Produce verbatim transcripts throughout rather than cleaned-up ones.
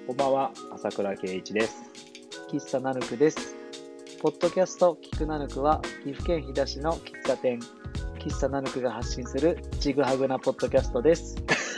こんばんは、朝倉圭一です。 喫茶ナヌクです。ポッドキャスト聞くナヌクは岐阜県飛騨市の喫茶店喫茶ナヌクが発信するちぐはぐなポッドキャストです。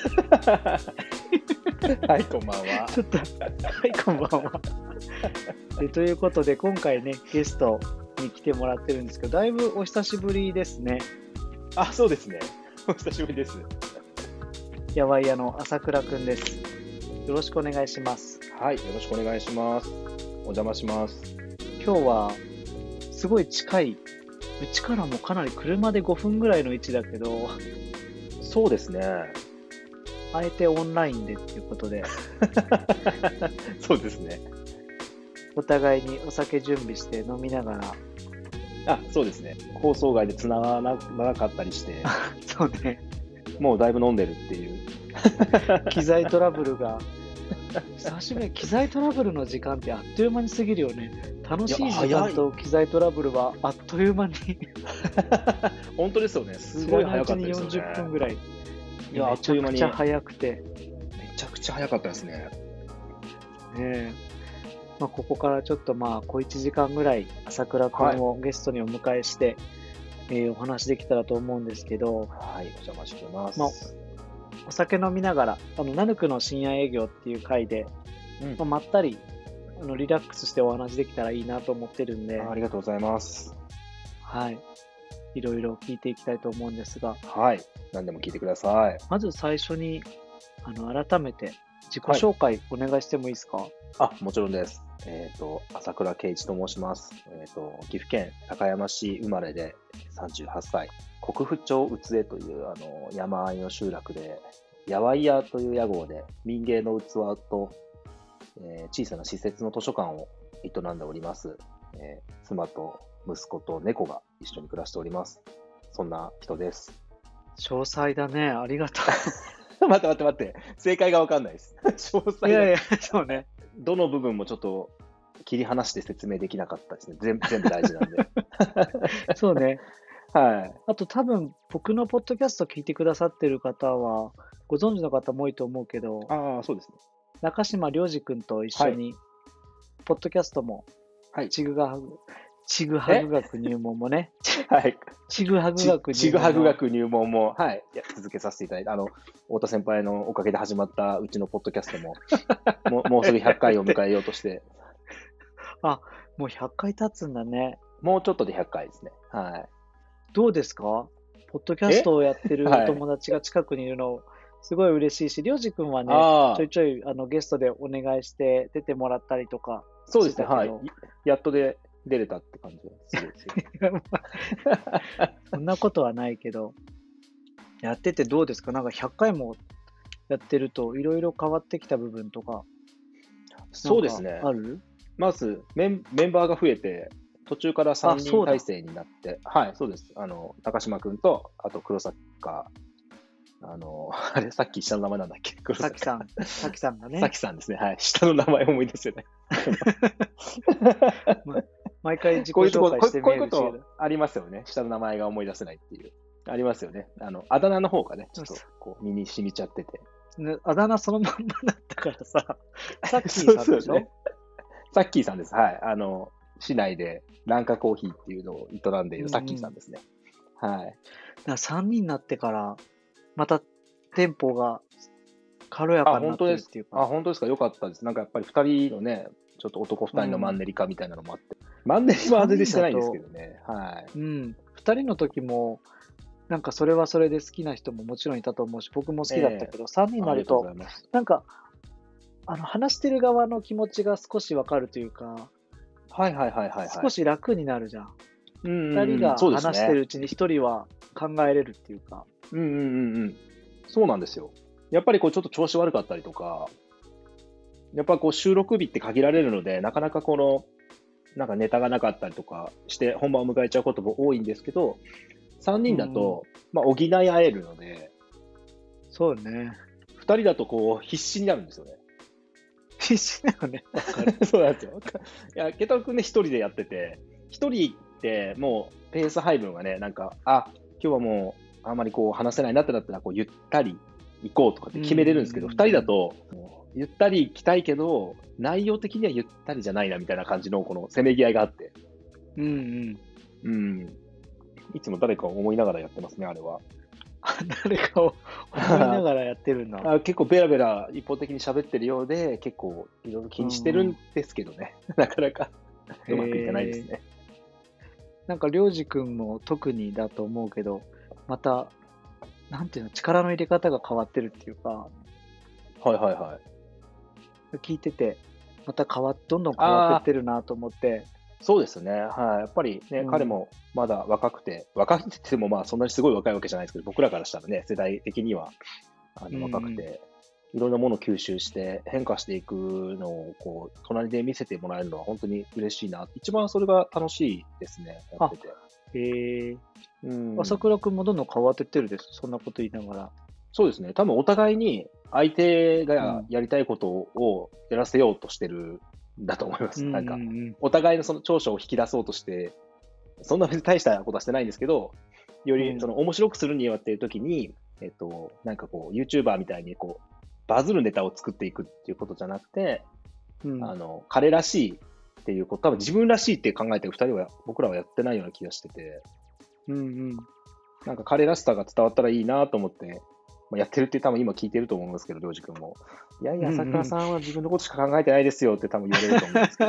はい、こんばんは。 ちょっとはいこんばんは。でということで今回ねゲストに来てもらってるんですけど、だいぶお久しぶりですね。 あ、そうですね。お久しぶりです。 やわいやの朝倉くんです。よろしくお願いします。 はい、よろしくお願いします。お邪魔します。 今日はすごい近い、うちからもかなり車でごふんぐらいの位置だけど、 そうですね。 あえてオンラインでっていうことでそうですね。 お互いにお酒準備して飲みながらあ、そうですね。放送外で繋がらなかったりして、 そうね、 もうだいぶ飲んでるっていう。 機材トラブルが久しぶりに機材トラブルの時間ってあっという間に過ぎるよね。楽しい時間と機材トラブルはあっという間に本当ですよね。すごい早かったですよね。 よんじゅっぷんぐらい。 いや、あっという間に。 めちゃくちゃ早くて。 めちゃくちゃ早かったですね。 ねえ。まあ、ここからちょっとまあ小いちじかんぐらい朝倉くんをゲストにお迎えして、はい、えー、お話できたらと思うんですけど。 はい、お邪魔してます。 まあお酒飲みながら、あのナヌクの深夜営業っていう回で、うんまあ、まったりあのリラックスしてお話できたらいいなと思ってるんで、 あ、ありがとうございます。 はい、いろいろ聞いていきたいと思うんですが、 はい、何でも聞いてください。 まず最初にあの改めて自己紹介お願いしてもいいですか？はい、 あ、もちろんです。えっ、ー、と朝倉圭一と申します。えっ、ー、と岐阜県高山市生まれでさんじゅうはっさい。国府町宇江というあの山あいの集落で、やわいやという屋号で民芸の器と、えー、小さな施設の図書館を営んでおります、えー。妻と息子と猫が一緒に暮らしております。そんな人です。 詳細だね。ありがとう。待って待って待って。正解がわかんないです。詳細。 いやいや、そうね。 どの部分もちょっと切り離して説明できなかったですね。全部、全部大事なんで。 そうね。 はい。 あと多分僕のポッドキャスト聞いてくださってる方はご存知の方も多いと思うけど、 ああ、そうですね。 中島良二君と一緒に、はい、ポッドキャストも、はい、ちぐはぐ、ちぐはぐ学入門もね、 はい。 ちぐはぐ学入門も。 ちぐはぐ学入門も、はい、続けさせていただいて、あの、太田先輩のおかげで始まったうちのポッドキャストも、もうもうすぐひゃっかいを迎えようとして。 あ、もうひゃっかい経つんだね。 もうちょっとでひゃっかいですね。はい。 どうですか？ポッドキャストをやってるお友達が近くにいるの、すごい嬉しいし、りょうじくんはね、ちょいちょいあのゲストでお願いして出てもらったりとか。 そうですね、はい。やっとで出れたって感じですよ。 そんなことはないけど、やっててどうですか？なんかひゃっかいもやってると、いろいろ変わってきた部分とか。 そうですね。 ある？ まずメン、メンバーが増えて、途中からさんにん体制になって、はい、そうです。あの、高島くんと、あと黒坂、あの、あれ、さっき下の名前なんだっけ？黒坂さん。さきさんがね。 さきさんですね。はい。下の名前思い出すよね。 ま、毎回自己紹介してみるし。 こういうことありますよね。下の名前が思い出せないっていう。ありますよね。あの、あだ名の方がね、ちょっとこう身に染みちゃってて。 ね、あだ名そのまんまだったからさ、さっきーさんでしょ？ね、 さっきーさんです。はい。あの、市内でランカコーヒーっていうのを営んでいるさっきーさんですね。うん、はい。だからさんにんになってから、またテンポが軽やかになってるっていうか。 あ、本当ですか。よかったです。なんかやっぱりふたりのね、ちょっと男ふたりのマンネリ化みたいなのもあって。うん、マンネリは全然してないんですけどね。はい。 うん。ふたりの時も、なんかそれはそれで好きな人ももちろんいたと思うし、僕も好きだったけど、えー、さんにんになると、なんか、あの話してる側の気持ちが少しわかるというか、 はいはいはいはい、はい、 少し楽になるじゃん。 うんうんうん、 ふたりが話してるうちにひとりは考えれるっていうか。 うんうんうんうん。そうなんですよ。やっぱりこうちょっと調子悪かったりとか、やっぱこう収録日って限られるので、なかなかこの、なんかネタがなかったりとかして本番を迎えちゃうことも多いんですけど、さんにんだと、うん、まあ補い合えるので、 そうね。 ふたりだとこう必死になるんですよね。 必死だよね。 そうなんですよ。いや、ケタ君ね、一人でやってて、一人ってもうペース配分がね、なんか、あ、今日はもうあんまりこう話せないなってなったら、こうゆったり行こうとかって決めれるんですけど、ふたりだと、ゆったり行きたいけど、内容的にはゆったりじゃないなみたいな感じの、このせめぎ合いがあって。 うんうん。うん。いつも誰かを思いながらやってますね、あれは。 誰かを思いながらやってるんだ。 あ結構ベラベラ一方的に喋ってるようで、結構いろいろ気にしてるんですけどね。なかなかうまくいかないですね。 なんか、りょうじくんも特にだと思うけど、また、なんていうの、力の入れ方が変わってるっていうか、 はいはいはい。 聞いてて、また変わどんどん変わってってるなと思って。 そうですね。はい。やっぱりね、 うん、 彼もまだ若くて、若くてってもまあそんなにすごい若いわけじゃないですけど、僕らからしたらね、世代的にはあの若くて、いろんなものを吸収して変化していくのをこう隣で見せてもらえるのは本当に嬉しいな。一番それが楽しいですね。やってて。 へえ。 うん。 朝倉くんもどんどん変わってってるです。そんなこと言いながら。 そうですね。多分お互いに相手がやりたいことをやらせようとしてるんだと思います。 うん、 なんか、お互いのその長所を引き出そうとして、そんな別に大したことはしてないんですけど、よりその面白くするにはっていう時に、えっと、なんかこう、YouTuber みたいにこう、バズるネタを作っていくっていうことじゃなくて、うん、あの、彼らしいっていうこと、多分自分らしいって考えてる二人は、僕らはやってないような気がしてて、 うんうん。 なんか彼らしさが伝わったらいいなと思って、まあ、やってるって多分今聞いてると思うんですけど、りょうじくんも。いやいや、朝倉さんは自分のことしか考えてないですよって多分言われると思うんですけど。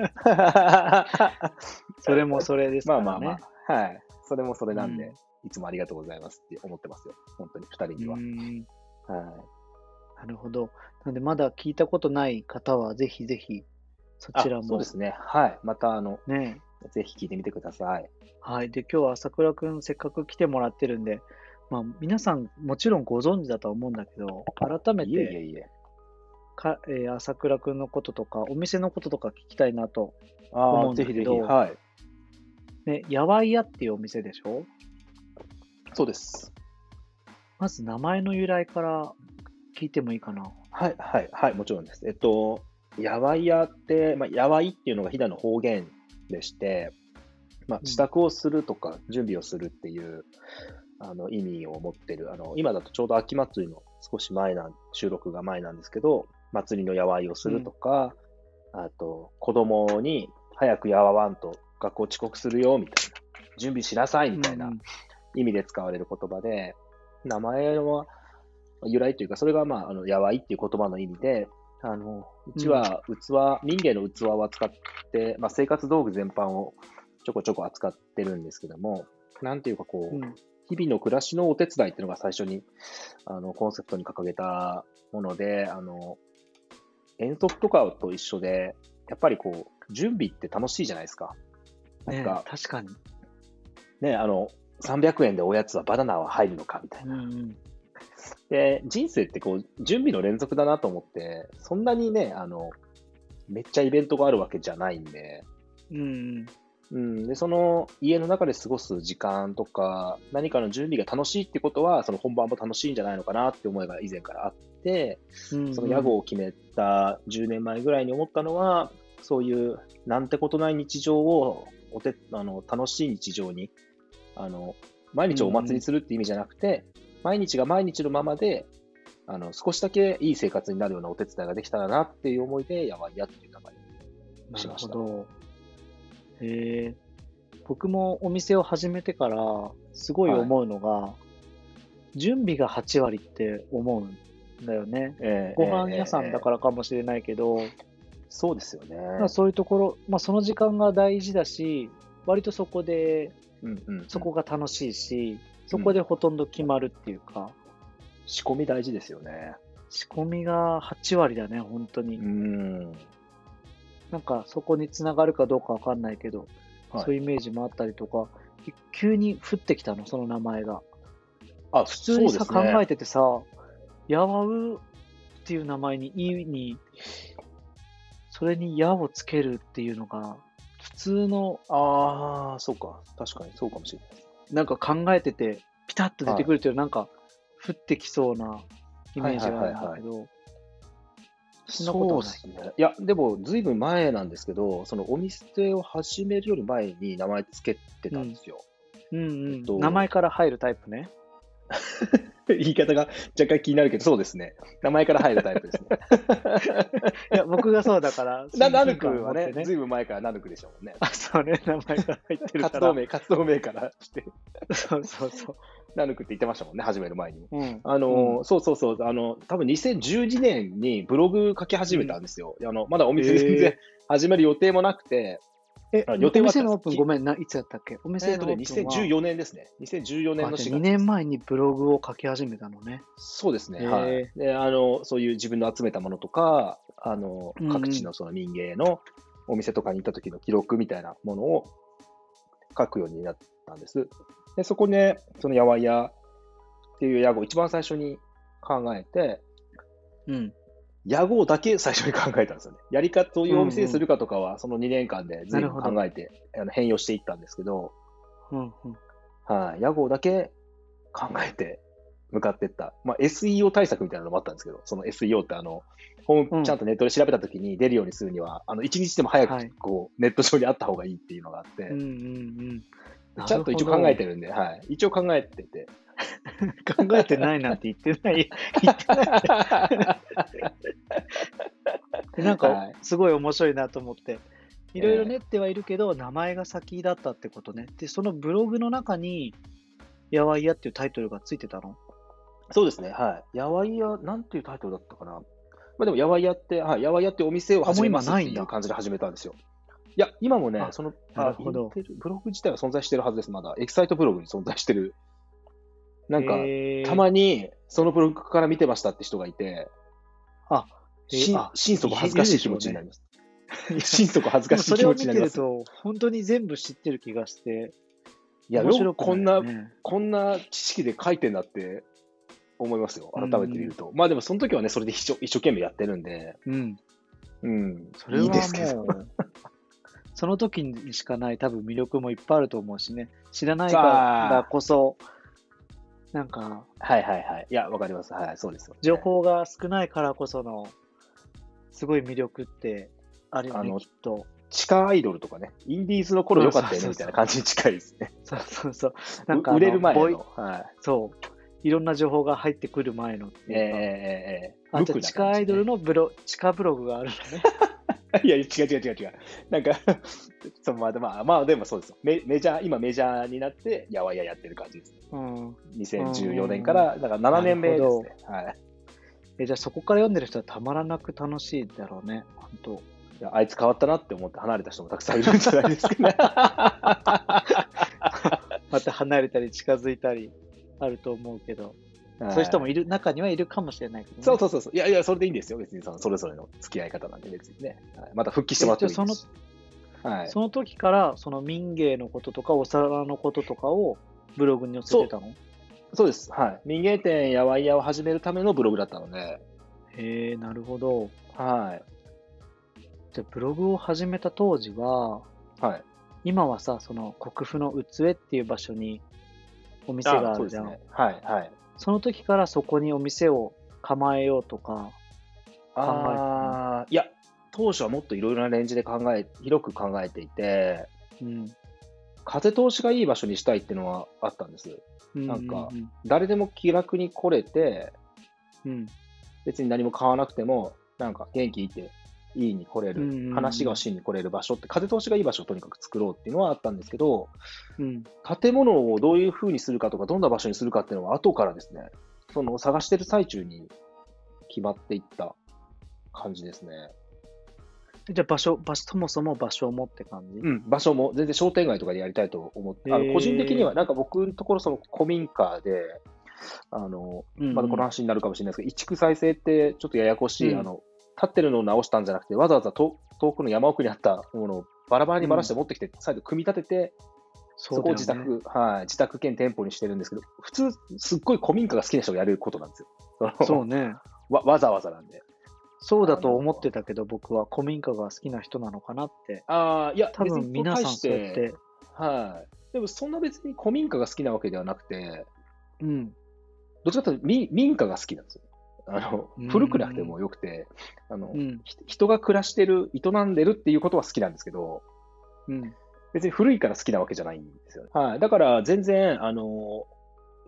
それもそれですからね。 まあまあまあ。はい。それもそれなんで、うん、いつもありがとうございますって思ってますよ。本当に二人には。 うんはい。 なるほど。なので、まだ聞いたことない方は、ぜひぜひ、そちらも。 そうですね。はい。また、あの、 ね、 ぜひ聞いてみてください。 はい。で、今日は朝倉くん、せっかく来てもらってるんで、まあ、皆さん、もちろんご存知だとは思うんだけど、改めて、 いえいえいえかえー、朝倉くんのこととか、お店のこととか聞きたいなと思うんだけど、ぜひぜひ、 はい。 ね、やわいやっていうお店でしょ？ そうです。 まず名前の由来から聞いてもいいかな？ はい、はい、はい、もちろんです。えっと、やわいやって、まあ、やわいっていうのが飛騨の方言でして、まあ、支度をするとか、準備をするっていう、うん、あの意味を持ってる。あの、今だとちょうど秋祭りの少し前なん、収録が前なんですけど、祭りのやわいをするとか、うん、あと、子供に早くやわわんと学校遅刻するよ、みたいな。準備しなさい、みたいな意味で使われる言葉で、うん、名前は由来というか、それがまあ、あの、やわいっていう言葉の意味で、あの、うちは器、民芸の器を扱って、まあ、生活道具全般をちょこちょこ扱ってるんですけども、なんていうかこう、うん、日々の暮らしのお手伝いっていうのが最初に、あの、コンセプトに掲げたもので、あの、遠足とかと一緒で、やっぱりこう、準備って楽しいじゃないですか。 なんか、ね、確かに。 ね、あの、さんびゃくえんでおやつはバナナは入るのかみたいな。うんうんで、人生ってこう、準備の連続だなと思って、そんなにね、あの、めっちゃイベントがあるわけじゃないんで、 うん、 うん、で、その家の中で過ごす時間とか、何かの準備が楽しいってことは、その本番も楽しいんじゃないのかなって思いが以前からあって、うんうん、その屋号を決めたじゅうねんまえぐらいに思ったのは、そういうなんてことない日常をおてあの楽しい日常に、あの、毎日をお祭りするって意味じゃなくて、うん毎日が毎日のままで、あの、少しだけいい生活になるようなお手伝いができたらなっていう思いで、やわいやっていう名前にしました。 なるほど。へえ。僕もお店を始めてから、すごい思うのが、はい、準備がはちわりって思うんだよね。えー、ご飯屋さんだからかもしれないけど、えーえー、 そうですよね。 まあ、そういうところ、まあ、その時間が大事だし、割とそこで、うんうんうん、そこが楽しいし、そこでほとんど決まるっていうか、うん、 仕込み大事ですよね。 仕込みがはちわりだね、本当に。 うんなんかそこにつながるかどうかわかんないけど、はい、そういうイメージもあったりとか、急に降ってきたの、その名前が。あ、普通にさ、ね、考えててさ、やわうっていう名前に、いに、それにやをつけるっていうのが、普通の。 ああ、そうか。確かにそうかもしれない。 なんか考えてて、ピタッと出てくるという、なんか、降ってきそうなイメージがあるんだけど、 そんなことはない。そうですね。いや、でも、ずいぶん前なんですけど、そのお店を始めるより前に名前つけてたんですよ。 うん、うんうん、えっと、名前から入るタイプね。 言い方が若干気になるけど、そうですね。名前から入るタイプですね。 いや、僕がそうだから、 なナヌク親近感をはね、 持ってね。 ずいぶん前からナヌクでしょうね。 あ、そうね、名前が入ってるから。 活動名、活動名からして、 そうそうそう。 ナヌクって言ってましたもんね、始める前に。 うん。 あのーうんそうそうそう、あの、多分にせんじゅうにねんにブログ書き始めたんですよ。あの、まだお店全然へえ。 始める予定もなくて、 え、 あ予定おはあったんです。 店のオープン、ごめんな、いつやったっけ？おえっとね、 店のオープン 2014 は、 年ですね。にせんじゅうよねんあ、 のじゃあ 4 2 月です。 年前にブログを書き始めたのね。 そうですね、 へはい。 え。 で、あの、そういう自分の集めたものとか、あの、 うんうん。 各地のその民芸のお店とかに行った時の記録みたいなものを書くようになったんです。で、そこで、そのやわいやっていう屋号を一番最初に考えて、 うん。 屋号だけ最初に考えたんですよね。やり方、どういうお店にすうんうん。 るかとかは、そのにねんかんで随分なるほど。 考えて、あの変容していったんですけど、 うんうん。 はい、屋号だけ考えて向かっていった。まあ、エスイーオー 対策みたいなのもあったんですけど、その エスイーオー ってあの、ホーム、ちゃんうん。 とネットで調べたときに出るようにするには、あの、一日でも早くはい。 こう、ネット上にあった方がいいっていうのがあって、 うんうんうん。なるちゃんと一応考えほど。 てるんで、はい。一応考えてて。 考えてないなんて言ってない、言ってない。で、なんか、 はい。 すごい面白いなと思って、いろいろえ練ってはいるけど、名前が先だったってことね。で、そのブログの中に、やわいやっていうタイトルがついてたの？ ーそうですね、はい。やわいや、なんていうタイトルだったかな。まあでも、やわいやって、はい、やわいやってお店をあ、もう始めますって今ないんだ。 いう感じで始めたんですよ。いや、今もね、 あ、 その、 なるあ、イほど。 ンテル、ブログ自体は存在してるはずです、まだ。エキサイトブログに存在してる。なんか、たへえ。 まに、そのブログから見てましたって人がいて、 あ、え、 し、 あ、 心底いいるで恥ずかしい気しょうね。 持ちになります。 いや、 心底恥ずでもかしい気持ちそれを見てになります。 ると、ほんとに全部知ってる気がして、 いや、 面よく白くないよこんな、 ね。 こんな知識で書いてんだって思いますよ。 うんう改めて見るん。 と。まあでもその時はね、それで一生、一生懸命やってるんで、 うん。 うん、 それはいいですけど。 もう、その時にしかない多分魅力もいっぱいあると思うしね。知らないからさあ、 こそ、なんか、 はいはいはい。いや、わかります。はい、そうですよね。 情報が少ないからこその、すごい魅力ってあるよね、 あの、 きっと。 地下アイドルとかね、インディーズの頃そう良かったよね、 そうそうそう。 みたいな感じに近いですね。 そうそうそう。なんかう売れあの、ボイる前の、はそう、いろんな情報が入ってくる前のってい。えー、 いうか、 えー、えー、 あ、じゃあ無垢な地下アイドル感じね。 のブロ地下ブログがあるのね。 いや、違う違う違う違う。なんかそう、まあ、まあ、まあ、でもそうですよ。メメジャー、今メジャーになって、やわややってる感じです。 うん。うん 2014 うんうん。 年から、だから7 なる年ほど。 目ですね。はい。 え、じゃあそこから読んでる人はたまらなく楽しいだろうね、ほんと。 いやあいつ変わったなって思って離れた人もたくさんいるんじゃないですかね。 また離れたり近づいたりあると思うけど、そういう人もはい。 いる、中にはいるかもしれないけどね。 そうそうそうそう。いやいや、それでいいんですよ。別にそのそれぞれの付き合い方なんで別にね。はい、また復帰してもえ、 らってじゃあその、 もいいですし。はい。 その時からその民芸のこととかお皿のこととかをブログに載せそう、 てたの？ そうです。はい。民芸店やワイヤーを始めるためのブログだったので、 へえ、なるほど。 はい。 じゃあブログを始めた当時は、 はい。 今はさ、その国府の宇津江っていう場所にお店あ、 があるじゃん。 そうですね。はい、はい。 その時からそこにお店を構えようとか考えてたの？ ああ、いや、当初はもっといろいろなレンジで考え、広く考えていて、 うん。 風通しがいい場所にしたいっていうのはあったんです。 うんなんか、 うん誰でも気楽に来れて、 うん。 別に何も買わなくても、なんか元気いいって、いいに来れる、 うんうん話がしに来れる場所って、風通しがいい場所をとにかく作ろうっていうのはあったんですけど、 うん。うん。 建物をどういう風にするかとか、どんな場所にするかっていうのは後からですね、その探してる最中に決まっていった感じですね。 じゃあ場所、場所、そもそも場所もって感じ？ うん、場所も全然商店街とかでやりたいと思って、あの個人的へえ。 には、なんか僕のところ、その古民家で、あの、 うんうまだこのん。 話になるかもしれないですけど、移築再生ってちょっとややこしい、あうん。 の、建ってるのを直したんじゃなくて、わざわざ遠遠くの山奥にあったものをバラバラにばらしうん。 て持ってきて、再度組み立てて、 そうそこをだよね。 自宅、はい、自宅兼店舗にしてるんですけど、普通、すっごい古民家が好きな人がやることなんですよ。そのそうね。 わ、わざわざなんで。 そうだあと思っの、 てたけど、僕は古民家が好きな人なのかなって。 ああ、いや、 多別に分皆さんこう大しそうやって、 て、はい。でもそんな別に古民家が好きなわけではなくて、 うん。 どっちかというと民民家が好きなんですよ。あの、 うー古くなくてん。 もよくて、あの、 うん。 ひ人が暮らしてる、営んでるっていうことは好きなんですけど、 うん。 別に古いから好きなわけじゃないんですよね。はい。だから全然、あの、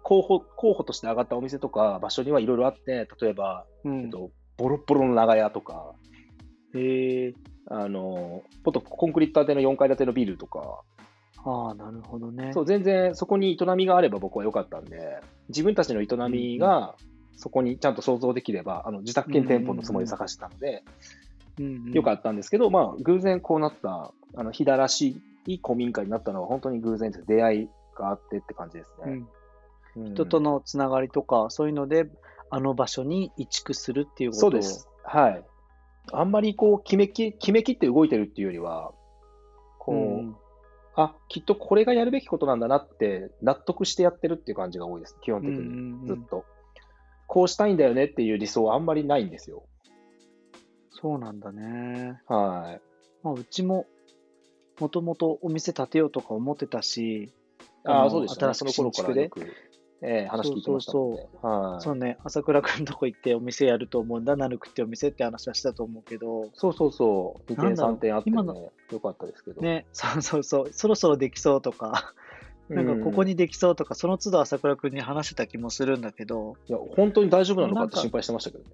候補、候補として上がったお店とか場所にはいろいろあって、例えば、 うんえっと、ボロッボロの長屋とか、 へえ。 あの、もっとコンクリート建てのよんかい建てのビルとか、 ああ、なるほどね。 そう、全然そこに営みがあれば僕は良かったんで、自分たちの営みがそこにちゃんと想像できれば、あの自宅兼店舗のつもりで探してたので、 うんうん良かったんですけど、まあ、偶然こうなった、あの、飛騨らしい古民家になったのは本当に偶然です。出会いがあってって感じですね。 うん、人とのつながりとか、そういうので、あの場所に移築するっていうことそうです。はい。あんまりこう、決めき、決めきって動いてるっていうよりは、こう、 うんあ、きっとこれがやるべきことなんだなって納得してやってるっていう感じが多いです。基本的に。 うんうんうんずっと。こうしたいんだよねっていう理想はあんまりないんですよ。 そうなんだね。 はい。 まあ、うちも、もともとお店建てようとか思ってたし、 ああ、 のそうでしたね。 新しくその頃新築で。 からよく、ええ話聞いてましたもんね。はい。 そうね、朝倉くんとこ行ってお店やると思うんだ、ナヌクってお店って話はしたと思うけど、 そうそうそう。にてんなんだろうさんてんあってね今の、 よかったですけど。 ね、そうそうそう、そろそろできそうとか、なんかここうんにできそうとか、その都度朝倉くんに話してた気もするんだけど、 いや、本当に大丈夫なのかなんかって心配してましたけどね。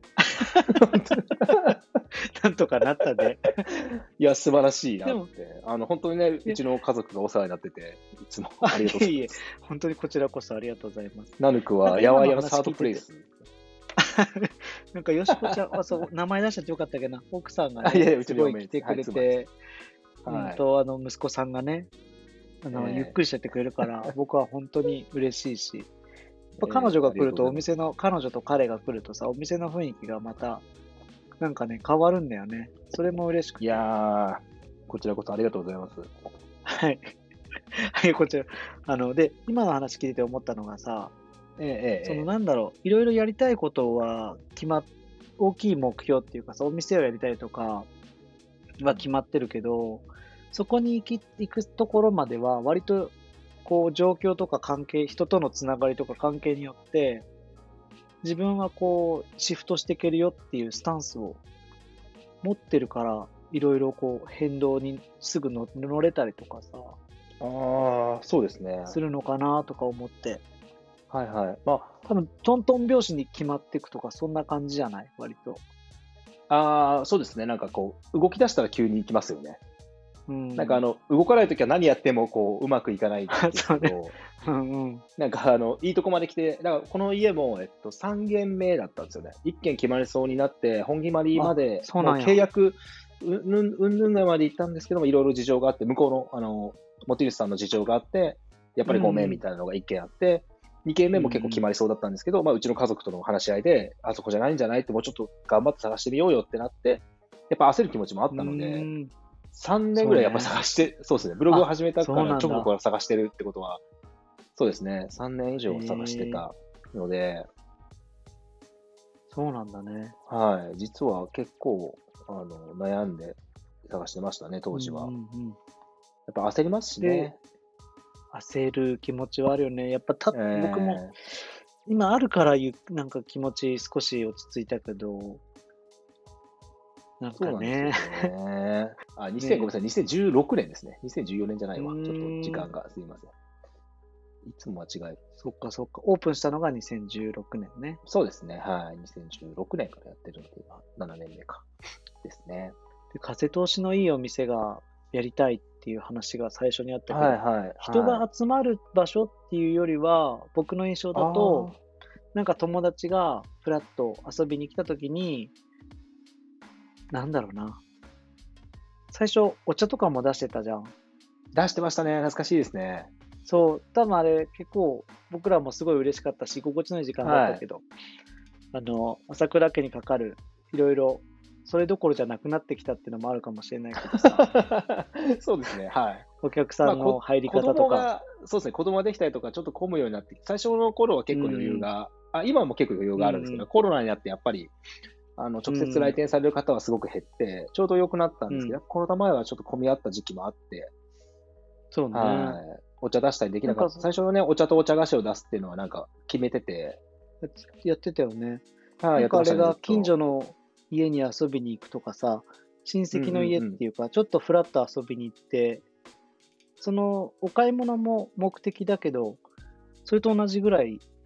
なんとかなったね。 いや、素晴らしいなでもって。あの、本当にね、うちの家族がお世話になってて、いつもありがとうございいえいえます。、 本当にこちらこそありがとうございます。 ナヌクは、 なんかやわや今の話のサードプレイス。 なんかよしこちゃん、あ、そう、名前出しちゃってよかったっけどな、奥さんがあいやいやね、 うちすごいの嫁です来てくれはいて、 はいうんと、あの、息子さんがね、あの、 ええゆっくりしてってくれるから、僕は本当に嬉しいし、やっぱええ彼女が来ると、 ありがとうございますお店の、彼女と彼が来るとさ、お店の雰囲気がまた、なんかね、変わるんだよね。それも嬉しくて。 いやー、こちらこそありがとうございます。 はい。はい、こちら。あの、で、今の話聞いてて思ったのがさ、 えええそのえなんだろう、いろいろやりたいことは決まっ、大きい目標っていうかさ、お店をやりたいとかは決まってるけど、そこに行き、行くところまでは、割と、こう、状況とか関係、人とのつながりとか関係によって、自分はこう、シフトしていけるよっていうスタンスを持ってるから、いろいろこう、変動にすぐ乗乗れたりとかさ、 ああ、そうですね。 するのかなとか思って、 はいはい。ま多分、トントン拍子に決まっていくとか、そんな感じじゃない割と。 あ、ああ、そうですね。なんかこう、動き出したら急に行きますよね。 うん。 なんかあの、動かないときは何やってもこう、うまくいかないんですけど、 うんうん。 なんかあの、いいとこまで来て、だからこの家も、えっと、さん軒目だったんですよね。いっ軒決まりそうになって、本決まりまで、 あそうなんやも契約、うんぬん、うんぬんぐらいまで行ったんですけども、いろいろ事情があって、向こうの、あの、持ち主さんの事情があって、やっぱりごめんみたいなのがいっ軒あって、に軒目も結構決まりそうだったんですけど、まあ、うちの家族との話し合いで、あそこじゃないんじゃないって、もうちょっと頑張って探してみようよってなって、やっぱ焦る気持ちもあったので、 うんさんねんぐらいやっぱ探して、そうですね、ブログを始めたからそうなんだ直後から探してるってことは、そうですね、さんねん以上探してたので、 そうなんだね。 はい、実は結構あの悩んで探してましたね、当時は。 うんうんうんやっぱ焦りますしね。 焦る気持ちはあるよね。やっぱた、 えー僕も今あるからゆなんか気持ち少し落ち着いたけど、なんそうかね。 なんですよね。あ、にせん、ごめんなさい、にせんじゅうろくねんですね。にせんじゅうよねんじゃないわ。 うーんちょっと時間がすみません。いつも間違える。 そっかそっか。オープンしたのがにせんじゅうろくねんね。 そうですね。はい。にせんじゅうろくねんからやってるので、今、ななねんめか。ですね。 で、風通しのいいお店がやりたいっていう話が最初にあったけど、 はいはい。 人はいが集まる場所っていうよりは、僕の印象だと、なんか友達がフラッと遊びに来た時に、なんだろうな。最初、お茶とかも出してたじゃん。 出してましたね。懐かしいですね。 そう、多分あれ結構僕らもすごい嬉しかったし、心地のいい時間だったけど、あの、朝倉家にかかる、いろいろ、それどころじゃなくなってきたっていうのもあるかもしれないけどさ、 そうですね。はい。 お客さんのまあこ入り方と子供か、 が、そうですね。子供ができたりとか、ちょっと混むようになってきて、最初の頃は結構余裕が、あ、今も結構余裕があるんですけど、 うんコロナになってやっぱり、あの、直接来店される方はすごく減って、ちょうど良くなったんですけど、 うんコロナ前はちょっと混み合った時期もあって、 そうね。 はい。お茶出したりできなかった。 なんか最初のね、お茶とお茶菓子を出すっていうのはなんか決めてて、 やってたよね。 はい、 なんかあれが近所の、 の家に遊びに行くとかさ、親戚の家っていうか、ちょっとフラッと遊びに行って、そのお買い物も目的だけど、それと同じぐらい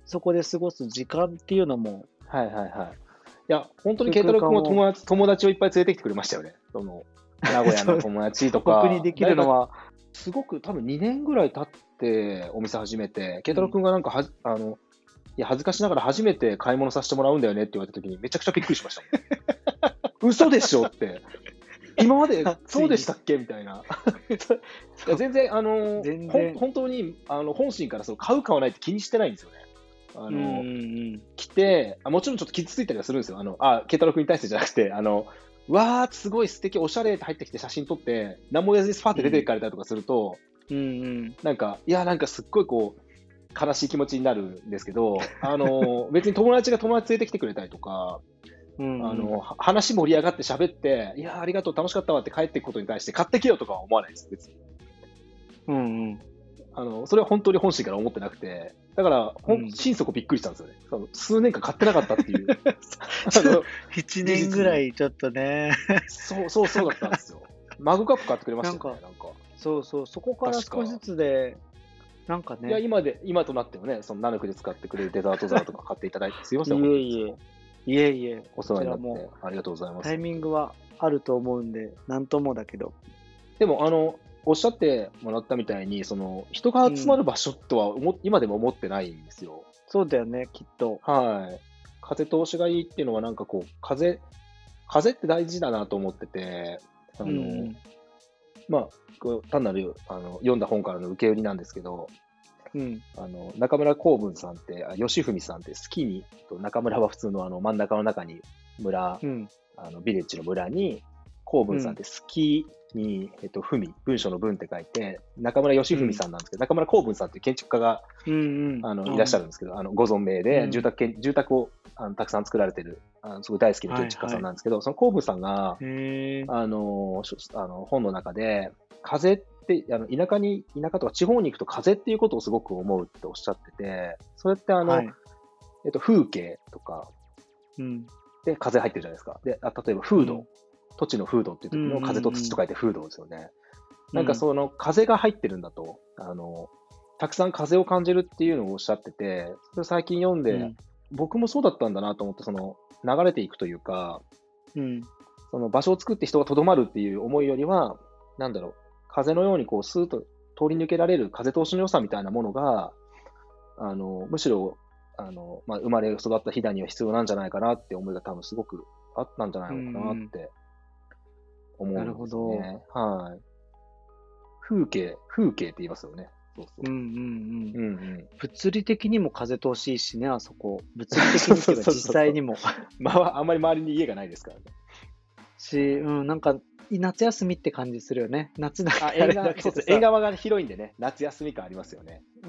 そこで過ごす時間っていうのも、 はいはいはい。いや、本当に慶太郎君も友達、友達をいっぱい連れてきてくれましたよね。その、名古屋の友達とか。 僕にできるのは、 すごく多分にねんぐらい経ってお店始めて、慶太郎君がなんかは、あの、いや、恥ずかしながら初めて買い物させてもらうんだよねって言われたときにめちゃくちゃびっくりしましたもん。嘘でしょって。今までそうでしたっけみたいな。いや全然、あの、 全然ほ本当にあの本心からその買う買わないって気にしてないんですよね。あの、 うんうんうん来てあ、もちろんちょっと傷ついたりはするんですよ。あの、あ、慶太郎君に対してじゃなくて、あの、わー、すごい素敵、おしゃれって入ってきて写真撮って、何も言わずにスパーって出て行かれたりとかすると、 うんうん、 なんか、いや、なんかすっごいこう、悲しい気持ちになるんですけど、あの、別に友達が友達連れてきてくれたりとか、 うんうん、 あの、話盛り上がって喋って、いや、ありがとう、楽しかったわって帰っていくことに対して、買ってきようとかは思わないです、別に。 うんうん。 あの、それは本当に本心から思ってなくて、だから、ほん、 うん心底びっくりしたんですよね。その数年間買ってなかったっていう。あのいちねんぐらいちょっとね。 そうそうそうだったんですよ。マグカップ買ってくれましたよね、なんか。 そうそう、そこから少しずつで、なんかね。 いや、今で、今となってもね、そのナヌクで使ってくれるデザート皿とか買っていただいて、すいません。 いえいえ。いえいえ。 お世話になってありがとうございます。 タイミングはあると思うんで、なんともだけど。 でも、あの、おっしゃってもらったみたいに、その、人が集まる場所とは思、うん、今でも思ってないんですよ。 そうだよね、きっと。 はい。風通しがいいっていうのは、なんかこう、風、風って大事だなと思ってて、あの、うん、まあ、単なるあの読んだ本からの受け売りなんですけど、うん、あの中村光文さんって、吉文さんってスキーに、中村は普通のあの真ん中の中に村、うん、あのビレッジの村に、光文さんってスキーに、えっと、文、文章の文って書いて、中村義文さんなんですけど、うん、中村光文さんっていう建築家が、うんうん、あのいらっしゃるんですけど、あのご存命で、住宅けん住宅をあのたくさん作られてる、あのすごい大好きな建築家さんなんですけど、はいはい、その光文さんが、あのあの本の中で、風ってあの田舎に、田舎とか地方に行くと風っていうことをすごく思うっておっしゃってて、それってあの、はい、えっと、風景とかで風入ってるじゃないですか。で、あ例えば風土、うん、土地の風土っていう時の風と土と書いて風土ですよね。うんうんうん、なんかその風が入ってるんだと、あの、たくさん風を感じるっていうのをおっしゃってて、それを最近読んで、うん、僕もそうだったんだなと思って、その流れていくというか、うん、その場所を作って人がとどまるっていう思いよりは、なんだろう、風のようにこうスーッと通り抜けられる風通しの良さみたいなものが、あのむしろあの、まあ、生まれ育った飛騨には必要なんじゃないかなって思いが多分すごくあったんじゃないのかなって思うんですね。なるほど。はい。風景、風景って言いますよね。そうそう。うんうんうん。うんうん、 物理的にも風通しいいしね、あそこ。物理的にっていうか実際にも。 まあ、あんまり周りに家がないですからね。 し、うん、なんか、夏休みって感じするよね。夏だけあ、縁側、縁側が広いんでね、夏休み感ありますよね。うん。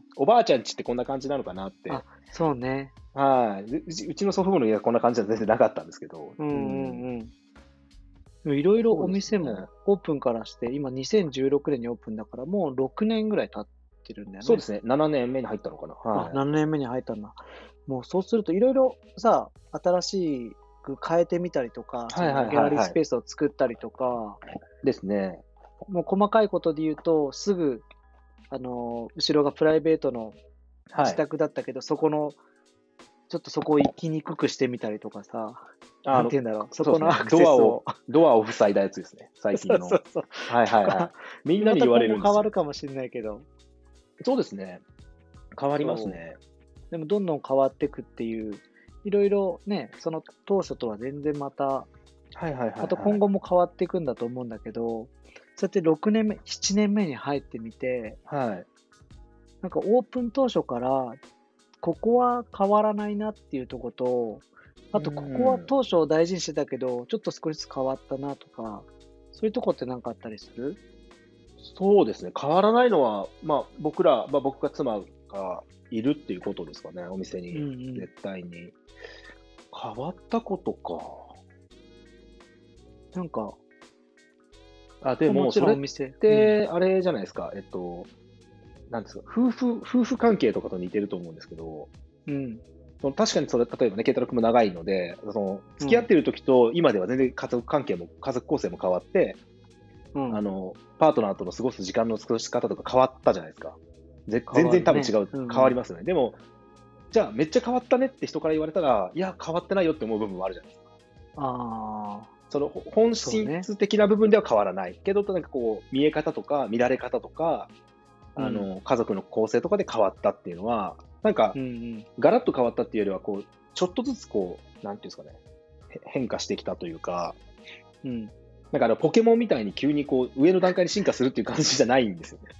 おばあちゃん家ってこんな感じなのかなって。 あ、そうね。 はい。うち、うちの祖父母の家がこんな感じは全然なかったんですけど。 うんうんうん。いろいろお店もオープンからして、ね、今にせんじゅうろくねんにオープンだから、もうろくねんぐらい経ってるんだよね。 そうですね。ななねんめに入ったのかな。はい。 あ、ななねんめに入ったんだ。もうそうするといろいろさ、新しい変えてみたりとか、ギャラリースペースを作ったりとか、 ですね。 もう細かいことで言うと、すぐ、あの、後ろがプライベートの自宅だったけど、はい、そこの、ちょっとそこを行きにくくしてみたりとかさ、なんて言うんだろう、そこのアクセスを、 ドアを、ドアを塞いだやつですね、最近の。そうそうそう。はいはいはい。みんなに言われるんですよ。 変わるかもしれないけど。 そうですね。変わりますね。 でもどんどん変わっていくっていう、いろいろね、その当初とは全然また、 はいはいはい、はい、 あと今後も変わっていくんだと思うんだけど、そうやってろくねんめ、ななねんめに入ってみて、 はい、 なんかオープン当初から、ここは変わらないなっていうところと、あとここは当初大事にしてたけど、ちょっと少しずつ変わったなとか、そういうとこって何かあったりする？ そうですね、変わらないのは、まあ、僕ら、まあ、僕が妻がいるっていうことですかね、お店に、うんうん、絶対に。変わったことか。 なんか、 あ、でも、それって、あれじゃないですか、うん、えっと、なんですか、夫婦、夫婦関係とかと似てると思うんですけど、うん、その確かにそれ、例えばね、慶太郎君も長いので、その付き合ってる時と今では全然家族関係も、家族構成も変わって、うん、あの、パートナーとの過ごす時間の過ごし方とか変わったじゃないですか。ぜ全然多分違う、ね、変わりますよね。うん、でも、 じゃあめっちゃ変わったねって人から言われたら、いや、変わってないよって思う部分もあるじゃないですか。 ああ、 その本そうね。 質的な部分では変わらないけど、なんかこう、見え方とか乱れ方とか、あの、 うん家族の構成とかで変わったっていうのは、なんかう、んガラッと変わったっていうよりは、こう、ちょっとずつこう、なんていうんですかね、へ変化してきたというか、 うん。うん。 なんかあの、ポケモンみたいに急にこう、上の段階に進化するっていう感じじゃないんですよね。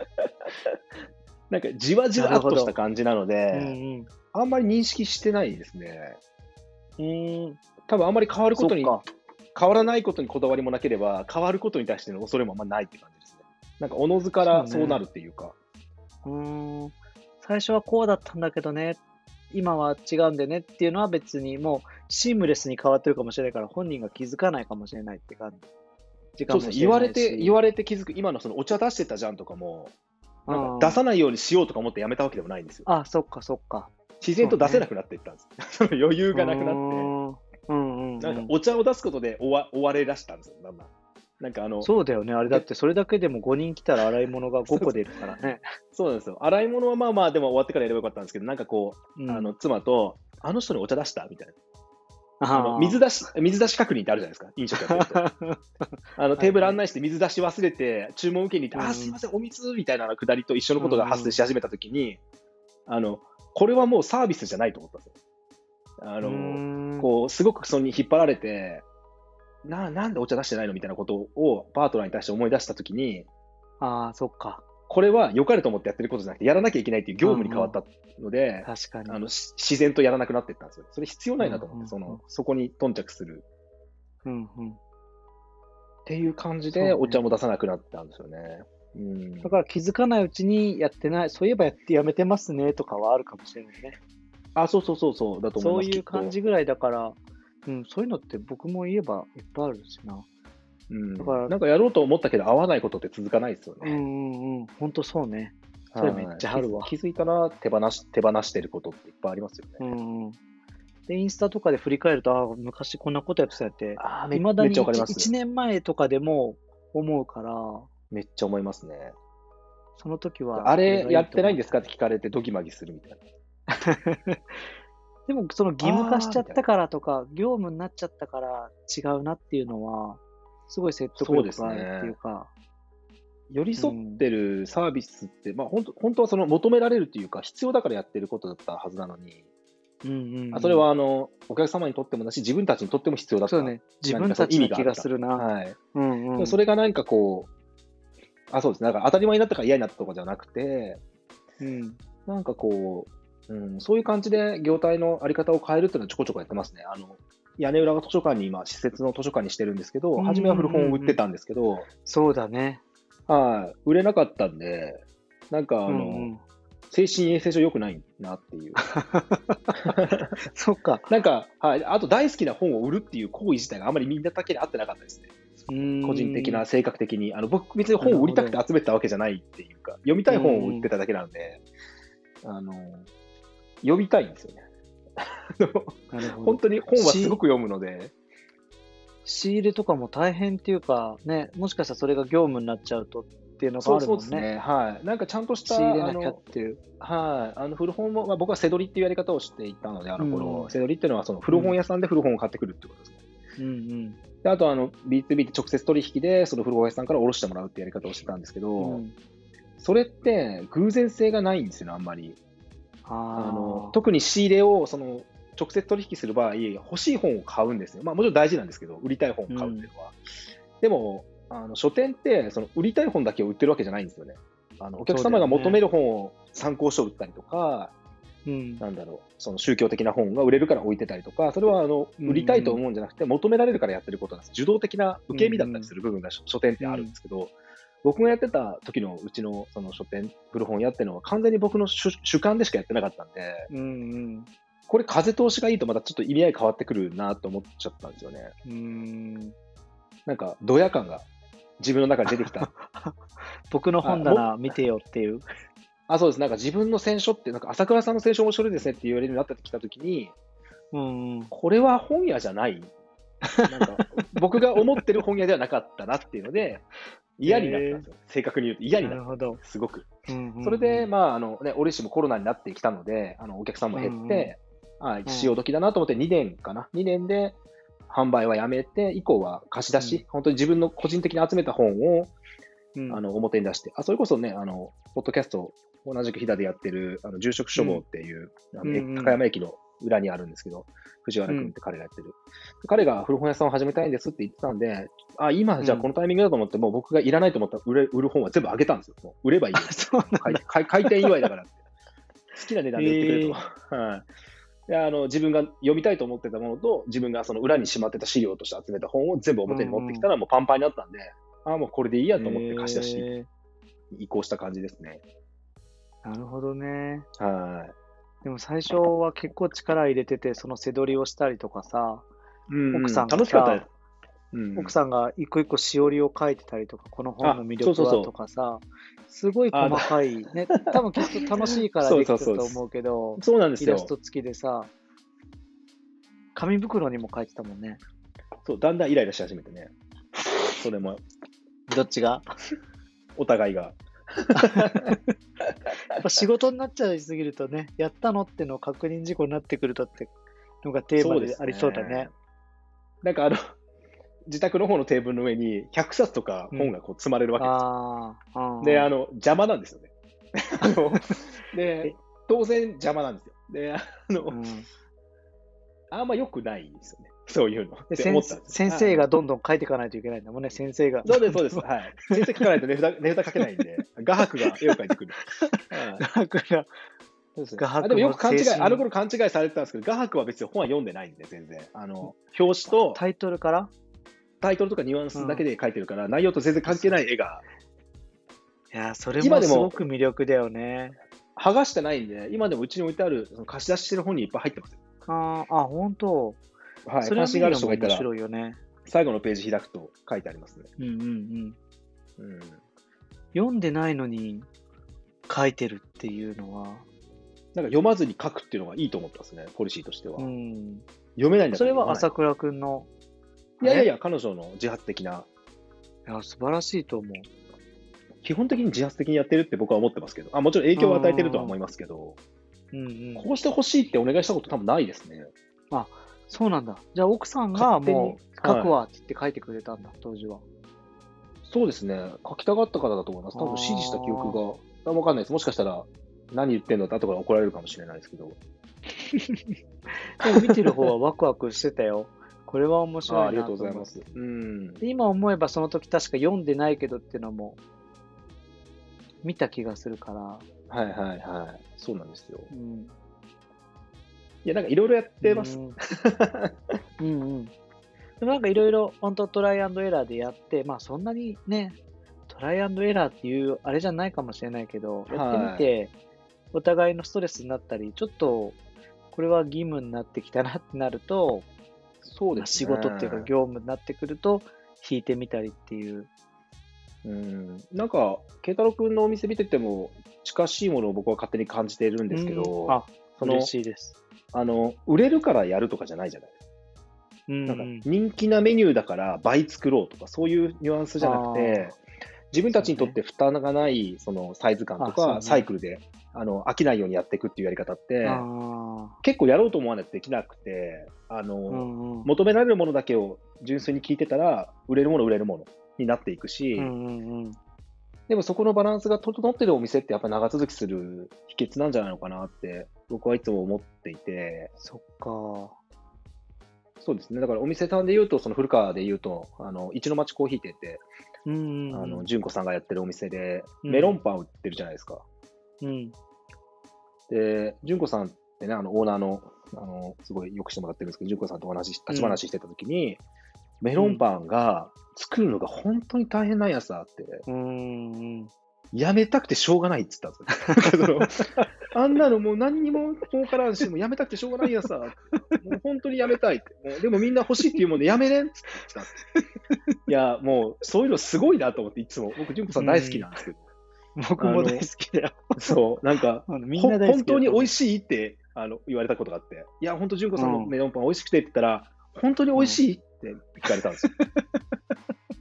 なんか、じわじわっとした感じなのうんで、あんまり認識してないですね。 うん。うーん。 多分あんまり変わることに、 そっか。 変わらないことにこだわりもなければ、変わることに対しての恐れもあんまないって感じですね。なんか、おのずかそうね。 らそうなるっていうか。 うーん。最初はこうだったんだけどね、今は違うんでねっていうのは別にもうシームレスに変わってるかもしれないから、本人が気づかないかもしれないって感じかそうですね。 もしれない言われて、言し。 われて気づく。今のそのお茶出してたじゃんとかも、なんか出あさないようにしようとか思ってやめたわけでもないんですよ。 あ、あ、そっかそっか。 自然と出せなくなっていったんです。その余裕がなくなって、 うーん。うんうんうなんかん。 お茶を出すことで終わ終われ出したんですよ、だんだん。なんかあの、 そうだよね。あれだっえてそれだけでもごにん来たら洗い物が5 そう個出るからね。 そうなんですよ。洗い物はまあまあ、でも終わってからやればよかったんですけど、なんかこう、 うん。 あの妻と、あの人にお茶出したみたいな。あのあ水出し、水出し確認ってあるじゃないですか、飲食やってると。あのテーブル案内して水出し忘れて、注文受けに行って、 うんあー、すいません、お水みたいなくだりと一緒のことが発うんうん。 生し始めたときに、あの、これはもうサービスじゃないと思ったんですよ。あうーの、 ん。 こう、すごくそれに引っ張られて、な、なんでお茶出してないのみたいなことをパートナーに対して思い出したときに、 ああ、そっか。 これは良かれと思ってやってることじゃなくて、やらなきゃいけないっていう業務に変わったので、 確かに。 あの、し自然とやらなくなっていったんですよ。それ必要ないなと思って、 うんうんその、そこに頓着するうんうん。 っていう感じそうね。 でお茶も出さなくなったんですよね。うん。 だから気づかないうちにやってない、そういえばやってやめてますねとかはあるかもしれないね。 あ、そうそうそうそう、だと思います、 そういうきっと。 感じぐらいだから、うん、そういうのって僕も言えばいっぱいあるしな。 うん。 だからなんかやろうと思ったけど合わないことって続かないですよね。 うんうんうん、ほんとそうね。それめっちゃあるわ。 気づ気づいたら手放し、手放してることっていっぱいありますよね。 うんうん。で、インスタとかで振り返ると、ああ、昔こんなことやってたやって、 ああ、め未だにめっちゃわかりまいち, す。 年前とかでも思うから、 めっちゃ思いますね。 その時はあこれがいいと思った。 れやってないんですかって聞かれてドギマギするみたいな。 でも、その義務化しちゃっあーみたいたからとか、業務になっちゃったから違うなっていうのは、すごい説得そうですね力があるっていうか、 寄り添ってるサービスって、まあ本当本当はその求められるっていうか、必要だからやってることだったはずなのに、 うんうんうん、 あそれはあのお客様にとってもだし、自分たちにとっても必要だった。 そうね、自分たちの気がするな。 はい。 うんうん、 それがなんかこう、あ、そうですね。なんか当たり前になったから嫌になったとかじゃなくて、 うん、 なんかこう、うん、そういう感じで業態のあり方を変えるっていうのはちょこちょこやってますね。あの屋根裏の図書館に今、施設の図書館にしてるんですけど、 うんうんうん初めは古本を売ってたんですけど、 そうだね。 はい、売れなかったんで、なんかあの、 うんうん、 精神衛生上良くないなっていう。 そっか。 なんか、はい、あと大好きな本を売るっていう行為自体があんまりみんなだけに合ってなかったですね。個人的な、性格的に。あの僕、別に本を売りたくて集めてたわけじゃないっていうか、読みたい本を売ってただけなんで、あの、読みたいんですよね。 なるほど。 本当に本はすごく読むので。 仕入れとかも大変っていうか、ね、もしかしたらそれが業務になっちゃうとっていうのがあるもんね。 そうですね。はい。なんかちゃんとした、 仕入れなきゃっていう。 はい。あの古本も、まあ、僕は背取りっていうやり方をしていたので、あの頃、 うん、 背取りっていうのはその古本屋さんで古本を買ってくるってことですね。 うんうん、 であとあの ビーツービー って直接取引でその古本屋さんから卸してもらうってやり方をしてたんですけど、 うん、 それって偶然性がないんですよね、あんまり。 ああの特に仕入れをその直接取引する場合、欲しい本を買うんですよ。まあもちろん大事なんですけど、売りたい本を買うっていうのは。うん、でも、あの書店ってその売りたい本だけを売ってるわけじゃないんですよね。あのお客様が求める本を参考書を売ったりとか、うん、なんだろう、その宗教的な本が売れるから置いてたりとか、それはあの売りたいと思うんじゃなくて、求められるからやってることなんです。受動的な受け身だったりする部分が書店ってあるんですけど、うん、僕がやってた時のうちのその書店、古本屋っていうのは完全に僕の主, 主観でしかやってなかったんで、うんうん、これ風通しがいいとまたちょっと意味合い変わってくるなと思っちゃったんですよね。うん、なんかドヤ感が自分の中に出てきた。 僕の本棚見てよっていう。 あ、そうです。なんか自分の選書って、なんか朝倉さんの選書面白いですねって言われるようになってきたときに、うん、これは本屋じゃない。なんか僕が思ってる本屋ではなかったなっていうので、 嫌になったんですよ。正確に言うと嫌になった。 なるほど。 すごく。 うんうんうん、 それで、まあ、あのね、折しもコロナになってきたので、あのお客さんも減って、うんうん、あ潮時だなと思ってにねんかな。にねんで販売はやめて、以降は貸し出し、うん、本当に自分の個人的に集めた本を、うん、あの表に出して、あ、それこそね、あの、ポッドキャスト、同じく飛騨でやってる、あの住職書房っていう、うん、あの、うんうん、高山駅の裏にあるんですけど、藤原君って彼がやってる、うん。彼が古本屋さんを始めたいんですって言ってたんで、あ、今じゃあこのタイミングだと思って、もう僕がいらないと思ったら売れ売る本は全部あげたんですよ。もう売ればいいよ。開, 開店祝いだからって。好きな値段で売ってくれと。えーはい、であの自分が読みたいと思ってたものと、自分がその裏にしまってた資料として集めた本を全部表に持ってきたらもうパンパンになったんで、うんうん、あもうこれでいいやと思って貸し出しに移行した感じですね。 なるほどね。 はい。 でも最初は結構力入れてて、その背取りをしたりとかさ、 うんうん、 奥さんが楽しかったです。 うん、奥さんが一個一個しおりを書いてたりとか、この本の魅力はとかさ、そうそうそうすごい細かい、ね、多分きっと楽しいからできてると思うけど、 そうなんですよ。 イラスト付きでさ、紙袋にも書いてたもんね。 そう、だんだんイライラし始めてね。それも。 どっちがお互いが。 やっぱ仕事になっちゃいすぎるとね、やったのっての確認事項になってくるとってのがテーマでありそうだね。ねなんかあの、自宅の方のテーブルの上にひゃくさつとか本がこう積まれるわけですよ。うん、あで、あの、邪魔なんですよね。あので、当然邪魔なんですよ。で、あの、うん、あんま良くないですよね。そういうの。 で先, 先生がどんどん書いていかないといけないんだもんね、先生が。 そうです、そうです。はい。先生書かないと値札、値札書けないんで、画伯が絵を描いてくる。 画伯が。 画伯あでもよく勘違い、あの頃勘違いされてたんですけど、画伯は別に本は読んでないんで、全然。あの、表紙と、 タイトルからタイトルとかニュアンスだけで書いてるから、うん、内容と全然関係ない絵が。 いや、それもすごく魅力だよね。 剥がしてないんで、今でもうちに置いてある、その貸し出ししてる本にいっぱい入ってますよ。 ああ、本当。 はい、それは関心がある人がいたら、 面白いよね。 最後のページ開くと書いてありますね。 うんうんうん。うん、読んでないのに書いてるっていうのは、 なんか読まずに書くっていうのがいいと思ってますね、ポリシーとしては。 うん、 読めないんだから。 それは朝倉くんの。 いやいやいや、彼女の自発的な。 いや、素晴らしいと思う。 基本的に自発的にやってるって僕は思ってますけど、あもちろん影響を与えてるとは思いますけど、 うんうん、 こうしてほしいってお願いしたこと多分ないですね。 あ、そうなんだ。じゃあ奥さんがもう書くわって言って書いてくれたんだ、はい、当時は。 そうですね。書きたがった方だと思います。多分指示した記憶が、わかんないです。もしかしたら何言ってんのって後から怒られるかもしれないですけど。 でも見てる方はワクワクしてたよ。これは面白いなと。 ありがとうございます。うん。 今思えばその時確か読んでないけどっていうのも見た気がするから。 はいはいはい。そうなんですよ。 うん、 いや、なんかいろいろやってます。 うんうんうん。でもなんかいろいろ本当トライアンドエラーでやって、まあそんなにね、トライアンドエラーっていうあれじゃないかもしれないけど、やってみて、お互いのストレスになったり、ちょっとこれは義務になってきたなってなると、 そうですね、仕事っていうか業務になってくると、弾いてみたりっていう。 うん、なんか、慶太郎君のお店見てても、近しいものを僕は勝手に感じているんですけど、 うん、あ、その嬉しいです。 あの、売れるからやるとかじゃないじゃないですか。 うん、 なんか人気なメニューだから倍作ろうとか、そういうニュアンスじゃなくて、自分たちにとって負担がないそのサイズ感とか、ね、サイクルであの飽きないようにやっていくっていうやり方って、結構やろうと思わないとできなくて、あの、うんうん、求められるものだけを純粋に聞いてたら、売れるもの売れるものになっていくし、 うんうんうん、 でもそこのバランスが整ってるお店ってやっぱ長続きする秘訣なんじゃないのかなって僕はいつも思っていて。 そっか。 そうですね。だからお店さんで言うと、その古川で言うと、あの一の町コーヒー店って、 うんうんうん、 あの純子さんがやってるお店でメロンパン売ってるじゃないですか。 うん、 で、純子さんってね、あのオーナーの、あのすごいよくしてもらってるんですけど、純子さんとお話し立ち話してた時に、うん、メロンパンが作るのが本当に大変なんやさって、 うんうん、 やめたくてしょうがないって言ったんですよ。あんなのもう何にも儲からんし、もうやめたくてしょうがないやさ、もう本当にやめたいって、もうでもみんな欲しいって言うもんでやめれんって言ったんです。いや、もうそういうのすごいなと思って、いつも僕、純子さん大好きなんですけど。 僕も大好きだよ。 そう、なんか、みんな大好き本当に美味しいってあの言われたことがあって、いや、本当、純子さんのメロンパン美味しくてって言ったら、うん、本当に美味しいって聞かれたんですよ。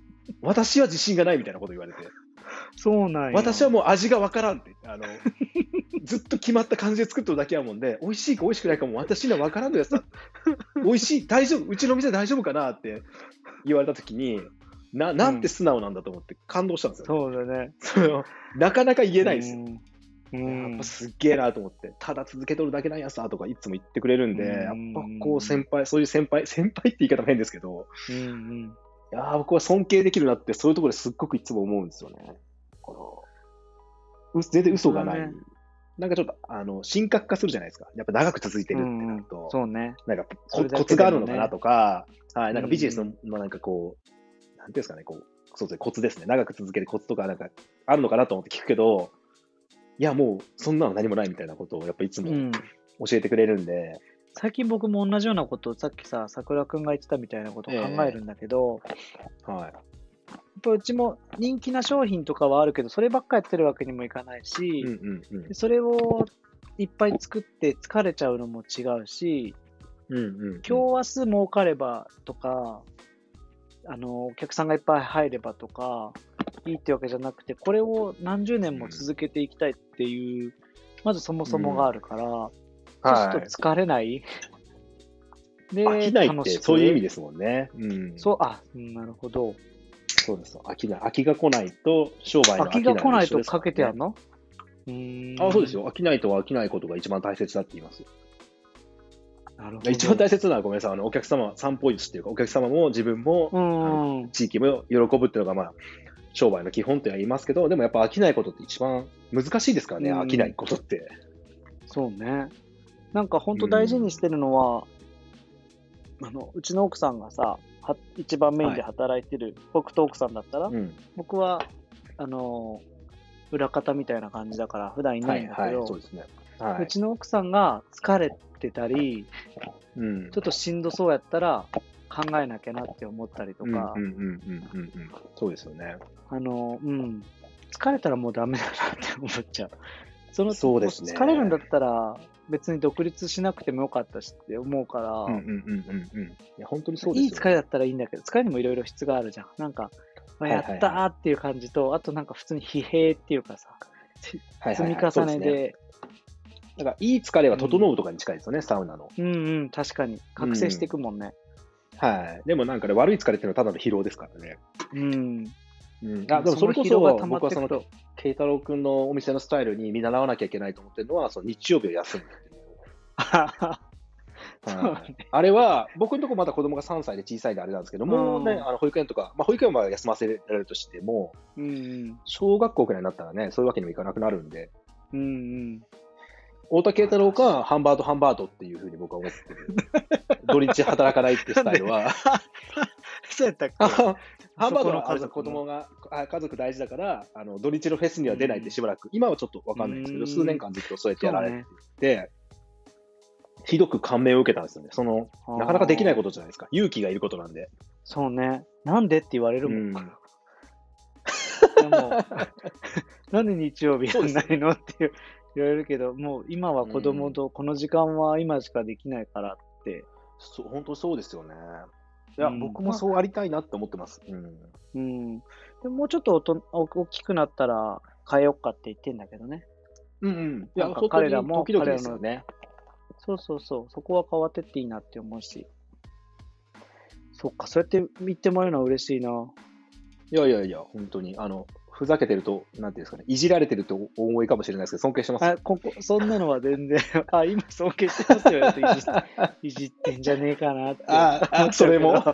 私は自信がないみたいなこと言われて、 そうなんや。 私はもう味がわからんって、あのずっと決まった感じで作ってるだけやもんで、美味しいか美味しくないかも私にはわからんのやつだ。美味しい、大丈夫、うちの店大丈夫かなって言われたときに、な、なんて素直なんだと思って感動したんですよ、 そうだね。 それをなかなか言えないですよ。 うん。 やっぱすっげえなと思って、ただ続けとるだけなんやさとかいつも言ってくれるんで、 うんやっぱこう先輩、そういう先輩、先輩って言い方も変ですけど、 うんうん。 いやー僕は尊敬できるなって、そういうところですっごくいつも思うんですよね。このう全然嘘がない。 そうだねなんかちょっと、あの、神格化するじゃないですか。やっぱ長く続いてるってなると、 うんうん、そうね。 なんかそれだけでもねコツがあるのかなとか、はい、なんかビジネスうんの、なんかこう、なんていうんですかね、こう、そうですね、コツですね。長く続けるコツとか、なんかあるのかなと思って聞くけど、いや、もう、そんなの何もないみたいなことを、やっぱいつもうん。 教えてくれるんで、 最近僕も同じようなことをさっきさ、桜くんが言ってたみたいなことを考えるんだけど、 はい。 やっぱうちも人気な商品とかはあるけど、そればっかやってるわけにもいかないし、 うんうんうんで。それをいっぱい作って疲れちゃうのも違うし、 うんうんうん、 今日明日儲かればとか、あの、お客さんがいっぱい入ればとか、いいってわけじゃなくて、これを何十年も続けていきたいっていう、まずそもそもがあるから、そうすると疲れない。で、 飽きないっ楽してくそういう意味ですもんね。うん。 そう、あ、うんなるほど。 そうです。飽きない。飽きが来ないと、商売の飽きない飽きが来ないと一緒ですからねかけてやんのうーん。 あ、そうですよ。飽きないとは飽きないことが一番大切だって言います。 なるほど。 一番大切なのはごめんなさい。あの、お客様、散歩市っていうか、お客様も自分も、 うあのん。 地域も喜ぶっていうのが、まあ、商売の基本とは言いますけど、でもやっぱ飽きないことって一番難しいですからね、 うん飽きないことって。 そうね。なんか本当大事にしてるのは、あの、うちの奥さんがさ、は一番メインで働いてる、僕と奥さんだったら、 うん。 僕は、あの、裏方みたいな感じだから普段いないんだけど、 そうですね。はうちの奥さんが疲れてたり、 うん。 ちょっとしんどそうやったら考えなきゃなって思ったりとか、 うんうんうんうんうんうん。そうですよね。 あの、うん、疲れたらもうダメだなって思っちゃう。そのそうですね疲れるんだったら別に独立しなくてもよかったしって思うから、 うんうんうんうんうん。いや、本当にそうですよ、ね。 いい疲れだったらいいんだけど、疲れにもいろいろ質があるじゃん。なんか、まあ、やったーっていう感じと、あとなんか普通に疲弊っていうかさ、 はいはい積みはい重ねで、 ね、だからいい疲れは整うとかに近いですよね、うん、サウナの。 うんうん、確かに。覚醒していくもんね。 うん、はい。でもなんかね、悪い疲れっていうのはただの疲労ですからね。 うん。 うん、あでもそれこそ、僕はその、慶太郎君のお店のスタイルに見習わなきゃいけないと思ってるのは、その日曜日を休むっていう。はい、あれは、僕のところまだ子供がさんさいで小さいんであれなんですけども、ね、あの保育園とか、まあ、保育園は休ませられるとしても、 うん、 小学校くらいになったらね、そういうわけにもいかなくなるんで、 うんうん、 太田慶太郎かハンバートハンバートっていうふうに僕は思ってる。土日働かないってスタイルは。 そうやったっけハンバートの家族子供が家族大事だからあの土日のフェスには出ないってしばらく、うん、今はちょっと分かんないですけど、数年間ずっとそうやってやられてて、ね、ひどく感銘を受けたんですよね。そのなかなかできないことじゃないですか。勇気がいることなんで。 そうね。なんでって言われるもん。うん、でもなんで日曜日やんないのって言われるけど、もう今は子供とこの時間は今しかできないからって。 そう、本当そうですよね。いや、うん、僕もそうありたいなって思ってます。うん。 うん、でももうちょっとおと大きくなったら変えようかって言ってんだけどね。 うんうん。 いや、彼らも、 時々ですよね。 そうそうそう、そこは変わってっていいなって思うし。そっか、そうやって言ってもらえるのは嬉しいな。 いやいやいや、本当に、あの、ふざけてると、なんていうんですかね、いじられてるとお思いかもしれないですけど、尊敬してます。 あ、ここ、そんなのは全然、あ、今尊敬してますよ、いじいじってんじゃねえかなって。 ああ、それも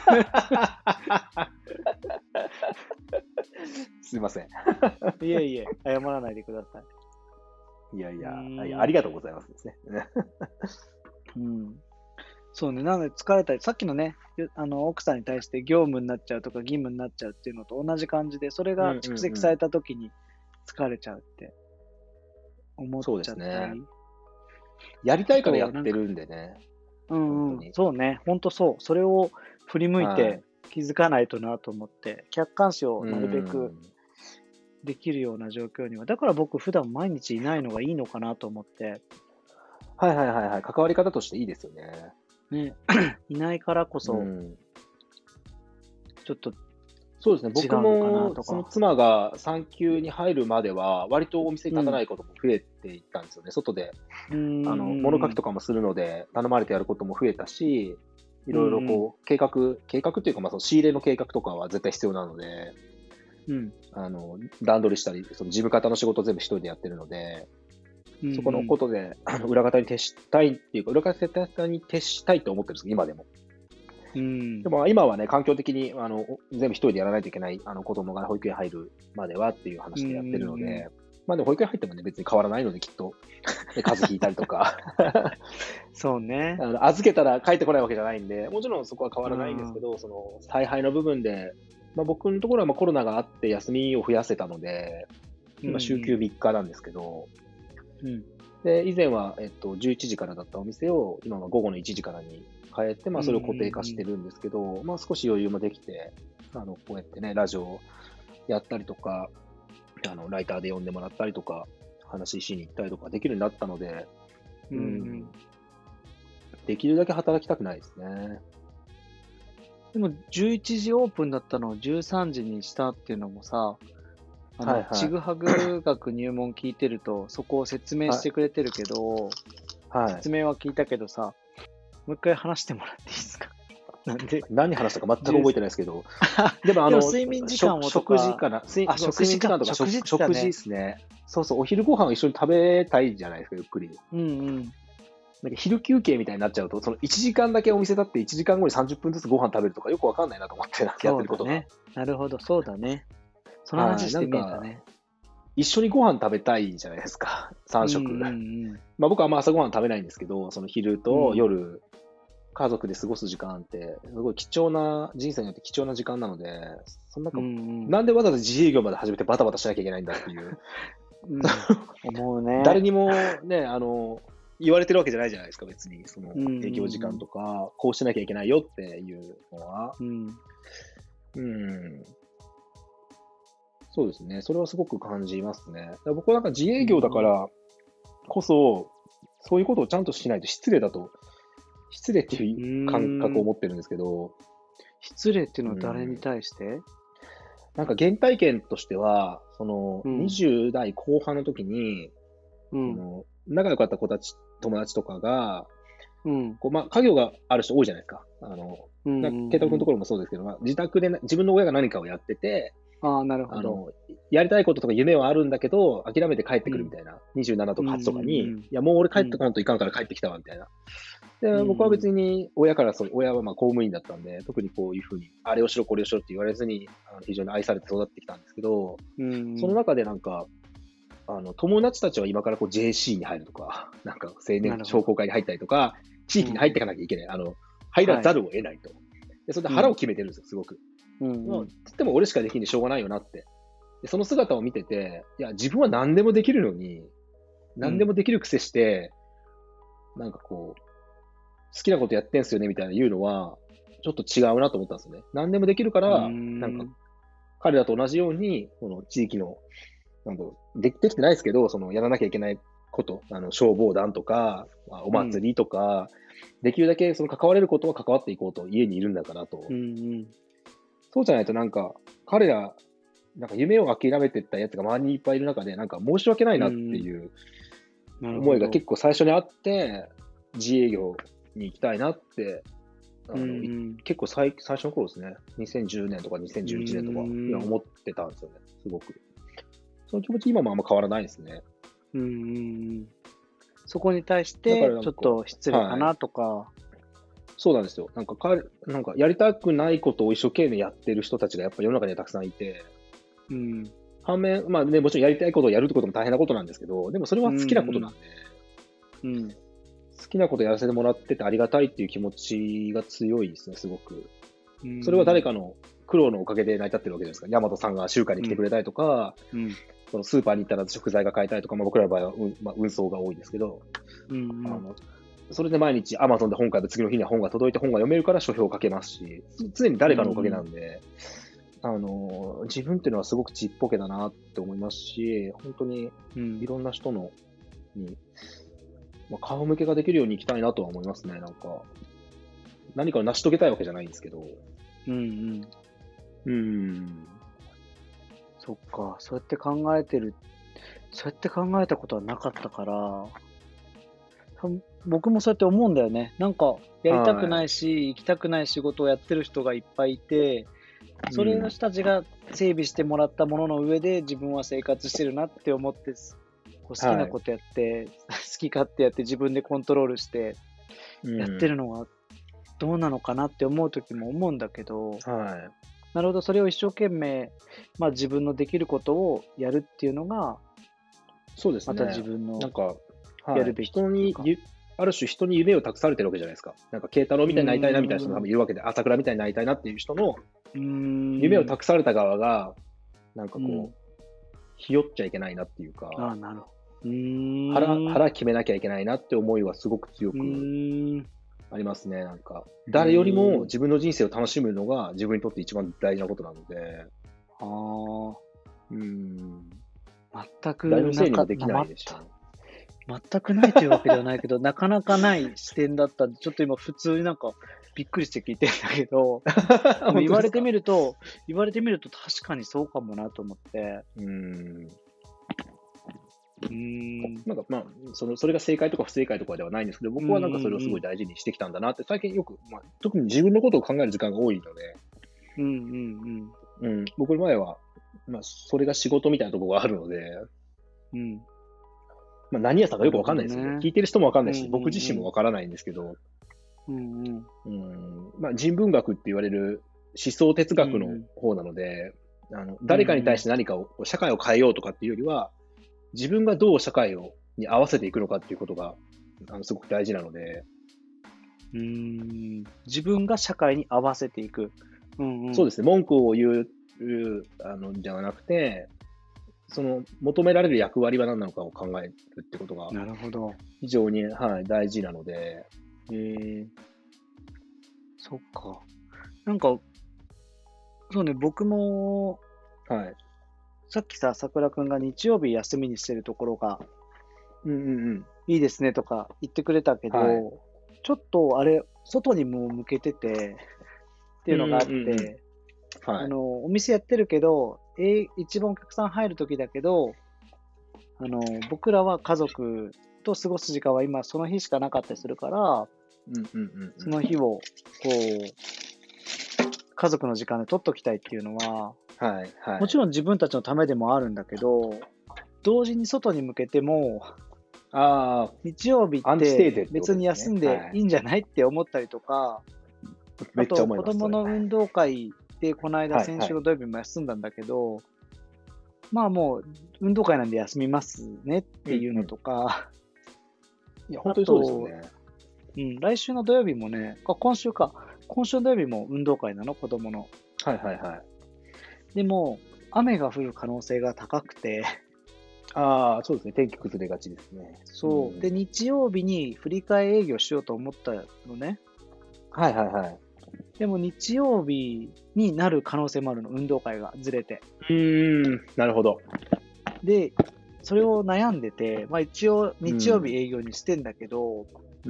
すいません。 いえいえ、謝らないでください。 いやいや、いやありがとうございますですね。 うん。そうね、なので疲れたり、さっきのね、あの奥さんに対して業務になっちゃうとか義務になっちゃうっていうのと同じ感じで、それが蓄積されたときに疲れちゃうって思っちゃったり。 そうですね。やりたいからやってるんでね。 うんうん、そうね、本当そう。それを振り向いて気づかないとなと思って、はい、客観視をなるべくできるような状況には。だから僕、普段毎日いないのがいいのかなと思って。 はいはいはいはい。関わり方としていいですよね。 ね、いないからこそ、うん、ちょっとそうですね、僕違うのかなもそのとか。 妻が産休に入るまでは、割とお店にうん。 立たないことも増えていったんですよね。外で、 うんうんあの、物書きうんとかもするので、頼まれてやることも増えたし、いうん。 ろいろうんうん。 こう、計画、計画っていうか、まあ、その仕入れの計画とかは絶対必要なので、 うん。 あの、段取りしたり、その事務方の仕事を全部一人でやってるので、 うんうそこのん。 ことで、あの裏方に徹したいっていうか、裏方に徹したいと思ってるんですけど、今でも。 うん。 でも今はね、環境的にあの全部一人でやらないといけない、あの子供が保育園入るまではっていううんう話でやってるのん。 で、まあでも保育園入ってもね、別に変わらないので、きっと。で、風邪ひいたりとかそうね。 あの、預けたら帰ってこないわけじゃないんで、もちろんそこは変わうらないんですけん。 ど、その、采配の部分で、まあ僕のところはまあコロナがあって休みを増やせたので、 うん今週休みっかなんですけど、 うん。 で、以前は、えっと、じゅういちじからだったお店を、今は午後のいちじからに変えて、まあ、 うんそれを固定化してるんですけど、まあ、少し余裕もできて、あの、こうやってね、ラジオをやったりとか、あの、ライターで呼んでもらったりとか、話しに行ったりとかできるようになったので、 うん。 ううんうん。 ん、できるだけ働きたくないですね。 でもじゅういちじオープンだったのをじゅうさんじにしたっていうのもさ、あの、 はいはい。 ちぐはぐ学入門聞いてると、そこを説明しはい。 てくれてるけど、 はい。 説明は聞いたけどさ、もう一回話してもらっていいですか？なんで、 何話したか全くじゅう、 覚えてないですけど、でもあでもの、 睡眠時間食、 をとか、 食事かな、睡あ、 そう食事か、 睡眠時間とか食事食、 って言った食事でね。 すね。そうそう、お昼ご飯を一緒に食べたいじゃないですか、ゆっくり。 うんうん。 なんか昼休憩みたいになっちゃうと、そのいちじかんだけお店立っていちじかんごにさんじゅっぷんずつご飯食べるとかよくわかんないなと思って、やってることが。 そうだね。なるほど、そうだね。そのはい。 話してなんか、 みえたね。 一緒にご飯食べたいじゃないですか。 うんさん食。 うんまあ僕はあんま朝ご飯食べないんですけど、その昼うん。 とうん。 夜、家族で過ごす時間って、すごい貴重な、人生によって貴重な時間なので、そのなんうんか、 うん。 なんでわざわざ自営業まで始めてバタバタしなきゃいけないんだっていう。 うん。思うね。 誰にもね、あの、言われてるわけじゃないじゃないですか、別に。そのうんう営業時間んとか、こうしなきゃいけないよっていうのは。 うん。うん。 うん。そうですね。それはすごく感じますね。だから僕はなんか自営業だかうんらこそ、そういうことをちゃんとしないと失礼だと、失礼っていうう感覚ん。うーん。 を持ってるんですけど、 失礼っていうのは誰にうん。 対して？ なんか原体験としては、そのうん。 にじゅう代後半の時に、 うん。 その仲良かった子たち、友達とかが、 うん。 こう、まあ、家業がある人多いじゃないですか。あの、な、 うんうケイタロウ君のとんうん。 ころもそうですけど、まあ、自宅でな自分の親が何かをやってて、 ああ、なるほど。 あの、やりたいこととか夢はあるんだけど、諦めて帰ってうん。 くるみたいな。にじゅうななとうんかはちとかに、いうんや、もう俺うん。うん。 帰ってこんといかんから帰ってきたわ、みたいな。 うで、僕はん別に、親からそう、親はまあ公務員だったんで、特にこういうふうに、あれをしろ、これをしろって言われずに、あの非常に愛されて育ってきたんですけど、 うん。うんうん。 その中でなんか、あの、友達たちは今からこう ジェーシー に入るとか、なんか青年なるほど。 商工会に入ったりとか、地域に入っていうん。 かなきゃいけない。あの、入らはい。 ざるを得ないと。で、それでうん。 腹を決めてるんですよ、すごく。 うんもう、 うん。 つっても俺しかできんでしょうがないよなって。で、その姿を見てて、いや、自分は何でもできるのに、 うん。 何でもできるくせして、なんかこう、好きなことやってんすよねみたいな言うのは、ちょっと違うなと思ったんですよね。何でもできるかうーら、なんか、 ん。 彼らと同じように、この地域の、なんだろう、でできてないですけど、その、やらなきゃいけないこと、あの、消防団とか、まあおうん。 祭りとか、できるだけその関われることは関わっていこうと、家にいるんだからと。 うんうん。 そうじゃないとなんか、彼ら、なんか夢を諦めてったやつが周りにいっぱいいる中で、なんか申し訳ないなってうんうん。 いう思いがなるほど。 結構最初にあって、自営業に行きたいなって、あうんうの、いん。 結構最最初の頃ですね。にせんじゅうねんとかうにせんじゅういちねんとかにはーん。 思ってたんですよね、すごく。その気持ち今もあんま変わらないですね。 うんうんうん。そこに対しだかて、ちょっらなんか、 と失礼かはい。 なとか。 そうなんですよ。なんかかなんかやりたくないことを一生懸命やってる人たちがやっぱ世の中にはたくさんいて、 うん。 反面、まあね、もちろんやりたいことをやるってことも大変なことなんですけど、でもそれうは好きなことんなんで、 うん。うん。 好きなことやらせてもらっててありがたいっていう気持ちが強いですね、すごく。 うそれは誰ん。 かの苦労のおかげで成り立ってるわけじゃないですか。ヤマトさんが集荷にうん。 来てくれたりとか、 うん。 そのスーパーに行ったら食材が買えたりとか、まあ、僕らの場合は、うんまあ、運送が多いですけど、 うん。 あの、それで毎日 Amazon で本買えば次の日には本が届いて本が読めるから書評を書けますし、常にう誰かのおかげなん。 んで、あの、自分っていうのはすごくちっぽけだなって思いますし、本当にうん。 いろんな人のに、まあ、顔向けができるように行きたいなとは思いますね。なんか、何かを成し遂げたいわけじゃないんですけど、 うん。 うん。 そっか、そうやって考えてる、そうやって考えたことはなかったから、多分僕もそうやって思うんだよね。なんか、やりたくなはいし、行きたくない仕事をやってる人がいっぱいいて、 い。 それうん。 の人たちが整備してもらったものの上で自分は生活してるなって思って、こう好きなはい。 ことやって、好き勝手やって自分でコントロールしてやってうん。 るのはどうなのかなって思う時も思うんだけど、 はい。 なるほど、それを一生懸命、まあ自分のできることをやるっていうのが、 そうですまた自ね。 分のなんか、はい。 やるべきっていうか。 人にゆ、ある種人に夢を託されてるわけじゃないですか。なんか、慶太郎うーみたいになりたいなみたいな人も多ん、う分いるわけで、朝倉みたいになりたいなっていう人のー夢をん、 託された側が、なんかうん。 こう、ひよっちゃいけないなっていうか、 ああ、なるほど。う腹、 ーん、 腹決めなきゃいけないなって思いはすごく強うくーん、 ありますね。なんか、 へ誰よりもえ、 自分の人生を楽しむのが自分にとって一番大事なことなので、 ああ、 うん、 全く誰のせなか、 いにもできな、まないですしね。 全くないというわけではないけど、なかなかない視点だったんで、ちょっと今普通になんかびっくりして聞いてんだけど、でも言われて本当ですか？ みると、言われてみると確かにそうかもなと思って、 うん。 うーん、 なんかまあ、その、それが正解とか不正解とかではないんですけど、 うんうん僕はなんかそれをすごいうん、 大事にしてきたんだなって、最近よく、まあ、特に自分のことを考える時間が多いので、 うんうんうん、僕の前は、まあ、それが仕事みたいなところがあるので、 うん、うん。 まあ、何屋さんかよくわかなるほんないですよね。 どね。 聞いてる人もわかんうんうないし、僕自身もんわからないんですけど、 うん。うんうん。 うん、まあ、人文学って言われる思想哲学のうんうん。 方なので、あの、 うん誰かに対しうん。 て何かを、社会を変えようとかっていうよりは、自分がどう社会を、に合わせていくのかっていうことが、あの、すごく大事なので、 うーん。自分が社会に合わせていく。うんうん。 そうですね、文句を言う、あの、じゃなくて、その、求められる役割は何なのかを考えるってことが、 なるほど。 非常に、はい、大事なので、 ええ、そっか。なんか、そうね、僕も、 はい。 さっきさ、桜くんが日曜日休みにしてるところがうんうんうん。 いいですねとか言ってくれたけはい。 ど、ちょっとあれ、外にも向けててってうんうんいうのがあっうんうん。 て、 はい。 あの、お店やってるけど、え一番お客さん入るときだけど、あの、僕らは家族と過ごす時間は今その日しかなかったりするから、 うんうんうんうそん。 の日を、こう、家族の時間で取っときたいっていうのは、 はいはい。 もちろん自分たちのためでもあるんだけど、同時に外に向けても、 あ日曜日っあ、アンチステーてテってこと別にですね。 休んではい。 いいんじゃないって思ったりとか、あめっちゃと思います、そ子供れ。 の運動会でこの間はいはい。 先週の土曜日も休んだんだけど、まあもう運動会なんで休みますねっていうのうんうん。 とか、 いや、本あ当にそうですよと、 ね。 うん、来週の土曜日もね、あ、今週か。今週の土曜日も運動会なの、子供の。 はいはいはい。 でも、雨が降る可能性が高くて、 ああ、そうですね。天気崩れがちですね。うそう。で、 ん。 日曜日に振り替え営業しようと思ったのね。 はいはいはい。 でも日曜日になる可能性もあるの、運動会がずれて。 うーん、なるほど。 で、それを悩んでて、まあ一応日曜日うん。 営業にしてんだけど、 うん、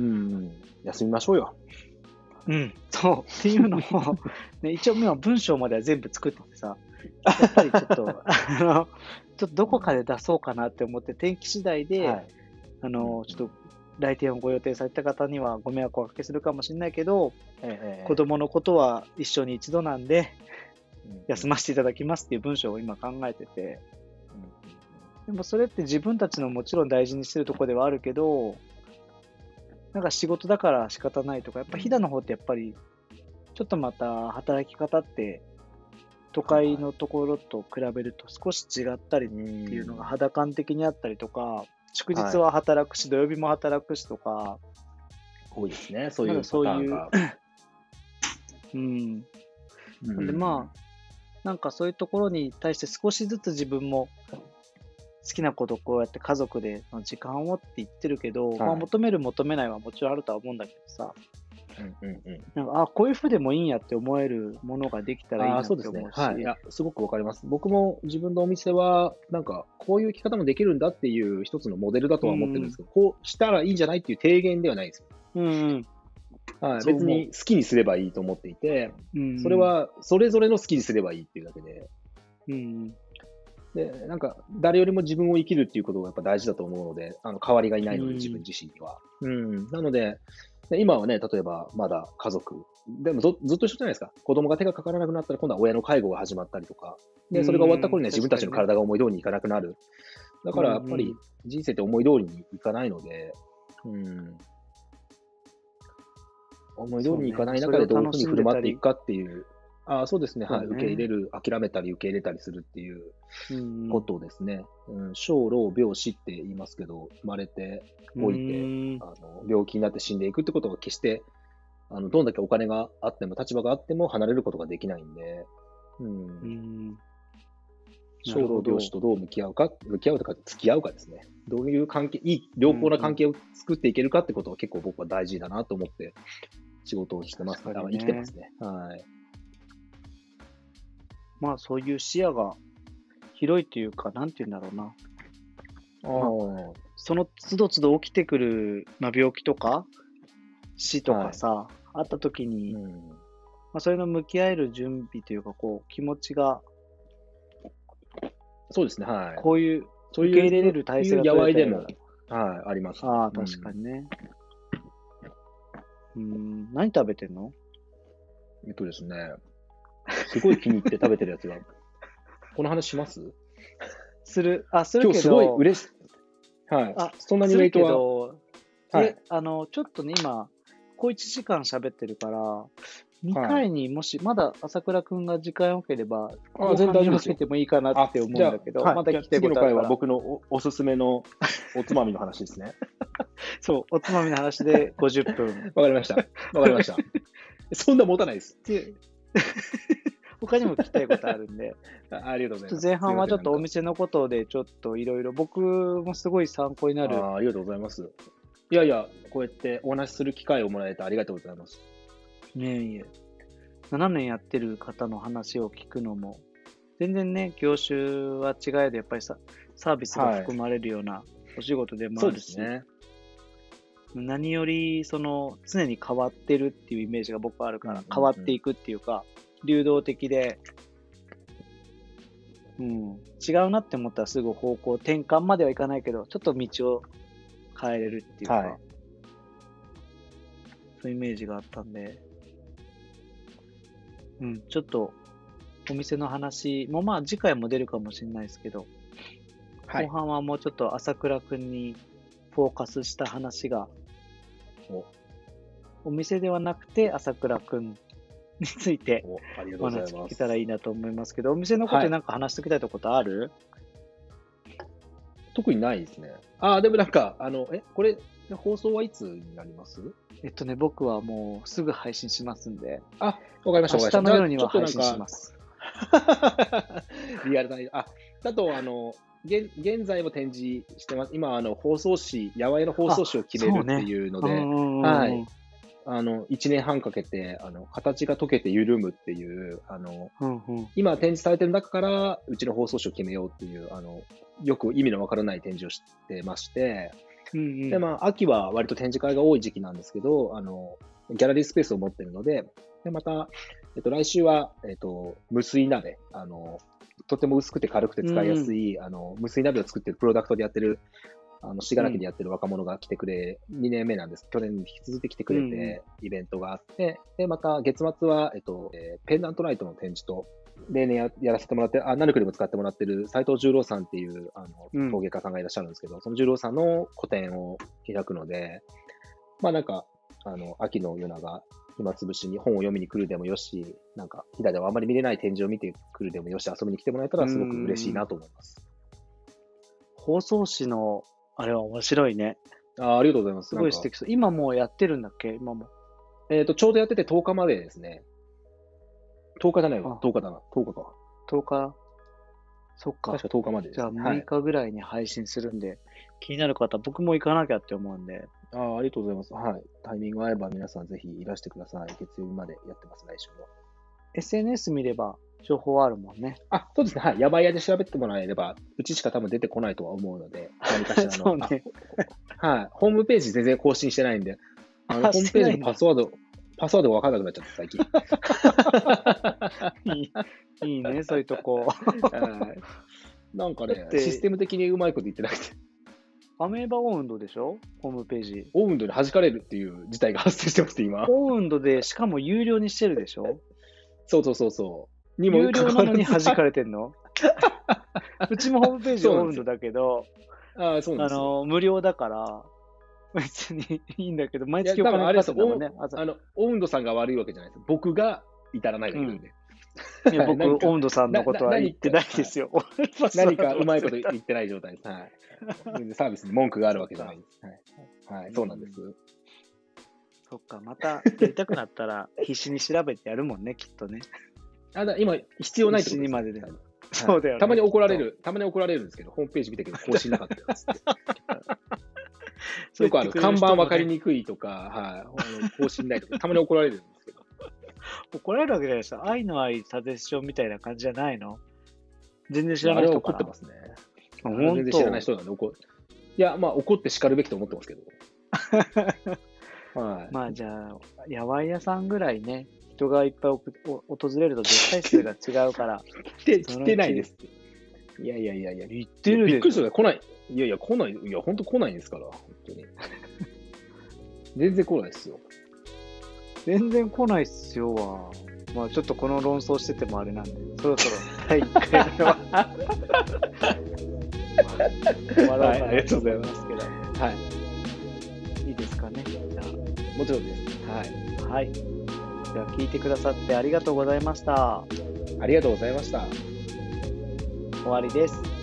休みましょうよ。 うん、そう。っていうのも、ね、一応今文章までは全部作っててさ、やっぱりちょっと、あの、ちょっとどこかで出そうかなって思って、天気次第で、 はい。 あの、 うんうん。 ちょっと来店をご予定された方にはご迷惑をおかけするかもしれないけど、 ええええ。 子供のことは一生に一度なんで、 うんうん。 休ませていただきますっていう文章を今考えてて、 うんうんうん。 でもそれって自分たちのもちろん大事にしてるところではあるけど、なんか仕事だから仕方ないとか、やっぱ飛騨の方ってやっぱり、ちょっとまた働き方って都はいはい。 会のところと比べると少し違ったりっうていうのがん。 肌感的にあったりとか、祝日はい。 は働くし、土曜日も働くしとか、 多いですね。そうなんかいうパそういう、 ターンが。 うん。 うなんでまん。 あ、なんかそういうところに対して少しずつ自分も好きなことをこうやって家族での時間をって言ってるけど、まあはい。 求める求めないはもちろんあるとは思うんだけどさ、 うんうんうん。 なんか、あ、こういう風でもいいんやって思えるものができたらいいああ、 なってそうですね。はい。い思うし、 や、すごくわかります。僕も自分のお店は、なんか、こういう生き方もできるんだっていう一つのモデルだとは思ってるんでうん、 すけど、こうしたらいいんじゃないっていう提言ではないですよ。 うん、うん、 はい、 そう思う別に好きにすればいいと思っていて、 うんそれはそれぞれの好きにすればいいっていうだけで、 うんで、なんか誰よりも自分を生きるっていうことがやっぱ大事だと思うので、あの代わりがいないので、 うん自分自身には。うん、なので、で今はね、例えばまだ家族、でもずずっと一緒じゃないですか。子供が手がかからなくなったら、今度は親の介護が始まったりとか、でそれが終わった頃にはうん自分たちの体が思い通りにいかなくなる。だからやっぱり人生って思い通りにいかないので、うん、思い通りにいかない中でどういうふうに振る舞っていくかっていう、ああそうですね、はい、 そうね受け入れる、諦めたり受け入れたりするっていううんことですね。うん、生老病死って言いますけど、生まれて老いて、 うんあの病気になって死んでいくってことが決してあのどんだけお金があっても立場があっても離れることができないんで、うんうん生老病死とどう向き合うか、向き合うとか付き合うかですね。どういう関係、いい良好な関係を作っていけるかってことは結構僕は大事だなと思って仕事をしてます、 確かにねあ生きてますね。はい。 まあそういう視野が広いというか、なんて言うんだろうな。 あその都度都度起きてくる、まあ、病気とか死とかさ、あった時に、 うん、 まあ、それの向き合える準備というか、こう気持ちが、 そうですね、はい。 こういうそういう受け入れれる体制がそういう取れたやわいでも、はい、あります。 ああ、確かにね。うん、ん何食べてんの？ えっとですね、すごい気に入って食べてるやつが、この話しますする、あ、するけど、 今日すごい嬉しい。はい。 あ、 そんなにするけウェイトは。 ど、 はいで、あの、ちょっとね、今、こういちじかん喋ってるから、にかいにもし、まだ朝倉くんが時間をければ、 あ全然大丈夫ですよ分けてもいいかなって思うんだけど、 じゃあはいまだ聞きたい次の回はことあるから。 僕のおおすすめのおつまみの話ですね。 そう、おつまみの話でごじゅっぷん。 わかりました。わかりました。そんな持たないです。 で他にも聞きたいことあるんで、 あありがとうございます。 前半はちょっとおすいま店のことでちょっといろいろ、僕もすごい参考になる。 せんああありがとうございます。いやいや、こうやってお話しする機会をもらえてありがとうございます。 ねえいえ。ななねんやってる方の話を聞くのも、全然ね、業種は違えど、やっぱりさサービスが含まれるようなお仕事でもそうあるし、 ですね。 何よりその常に変わってるっていうイメージが僕はあるから、 うんうんうん変わっていくっていうか、流動的で、うん、違うなって思ったらすぐ方向転換まではいかないけど、ちょっと道を変えれるっていうか、 はいそういうイメージがあったんで、うん、ちょっとお店の話もまあ次回も出るかもしれないですけど、 はい後。半はもうちょっと朝倉くんにフォーカスした話が、 おお店ではなくて朝倉くんについておありがとおうございます。 話聞けたらいいなと思いますけど、お店のことでなんか話しておきたいとことある？ 特にないですね。ああ、でもなんか、あの、え、これ、放送はいつになります？ えっとね、僕はもうすぐ配信しますんで、 あ、わかりました、 明わかりました。 日の夜には配信じゃあちょっとなんかします。 リアルタイム。あ、だと、あの、現現在も展示してます。今、あの、放送紙、やわいの放送紙を決めるっていうので、 ははいあの、いちねんはんかけて、あの、形が溶けて緩むっていう、あの、 うんうん今展示されてる中から、うちの放送紙を決めようっていう、あの、よく意味のわからない展示をしてまして、 うんうんで、まあ、秋は割と展示会が多い時期なんですけど、あの、ギャラリースペースを持ってるので、で、また、えっと、来週は、えっと、無水鍋、あの、とても薄くて軽くて使いやすい、あの、無水鍋を作ってるプロダクトでやってる、あの、しがらきでやってる若者が来てくれ、にねんめなんです。去年に引き続いて来てくれて、イベントがあって、で、また月末は、えっと、えーペンダントライトの展示と、例年ややらせてもらって、あ、ナルクでも使ってもらってる斉藤十郎さんっていう、あうんの、陶芸家さんがいらっしゃるんですけど、その十郎さんの個展を開くので、まあなんか、あの、秋の夜長、暇つぶしに本を読みに来るでもよし、なんか、飛騨ではあまり見れない展示を見てくるでもよし、遊びに来てもらえたらすごく嬉しいなと思います。 放送紙の、あれは面白いね。 あありがとうございます。 すごい素なんか敵そう。今もうやってるんだっけ今も。 えっ、と、ちょうどやっててとおかまでですね。とおかじゃないわあ。 とおかだな。とおかか。 とおか、そっか。 確かとおかまでです、 じゃあね。は 6 い。 日ぐらいに配信するんで、気になる方、僕も行かなきゃって思うんで、 ああ、ありがとうございます。はい。タイミングが合えば皆さんぜひいらしてください。月曜日までやってます、来週も。 エスエヌエス 見れば情報あるもんね。 あ、そうですね。はい。やばい屋で調べてもらえれば、うちしか多分出てこないとは思うので、何かしらの。 そうね。 あはい。ホームページ全然更新してないんで、あのあホームページしてないんだのパスワード、 パスワードが分からなくなっちゃって最近。 いい、いいね、そういうとこ。 なんかね、システム的にうまいこと言ってなくて。 アメーバオウンドでしょホームページ。 オウンドに弾かれるっていう事態が発生してます今。 オウンドで、しかも有料にしてるでしょそうそうそうそう。 にも有料なのに弾かれてんのうちもホームページオウンドだけど、 ああ、そうなんですよ。 あの、無料だから、別にいいんだけど、毎月お金かかってんだもんね。 あの、オウンドさんが悪いわけじゃないです。僕が至らないだけなんで。 うん、いや僕、オウンドさんのことは言ってないですよ。 何かうまいこと言ってない状態です。はい。サービスに文句があるわけじゃないです。はい。はい、そうなんです。 そっか、またやりたくなったら必死に調べてやるもんね、きっとね。 あだ今、必要ないってことです。 必死にまでで。そうだよね。 たまに怒られる、たまに怒られるんですけど、ホームページ見たけど更新なかったよって。よくある、看板分かりにくいとか、はい、更新ないとか、たまに怒られるんですけど。 怒られるわけじゃないですか。愛の愛サジェスションみたいな感じじゃないの？全然知らない人怒ってますね。 全然知らない人なんで怒る。いや、まあ怒って叱るべきと思ってますけど。 はい、まあじゃあ、やわい屋さんぐらいね、人がいっぱい訪れると絶対数が違うから。 来て、来てないですって。いやいやいやいや、 言ってるでしょ。 びっくりする。来ない。いやいや、来ない。いや、本当来ないんですから。本当に。全然来ないですよ。 全然来ないっすよは。まあちょっとこの論争しててもあれなんで、そろそろだいいっかいめは。終わろうかなと思いますけど。 はい。 いいですかね。じゃあもちろんです。はい。 はい。では聞いてくださってありがとうございました。 ありがとうございました。 終わりです。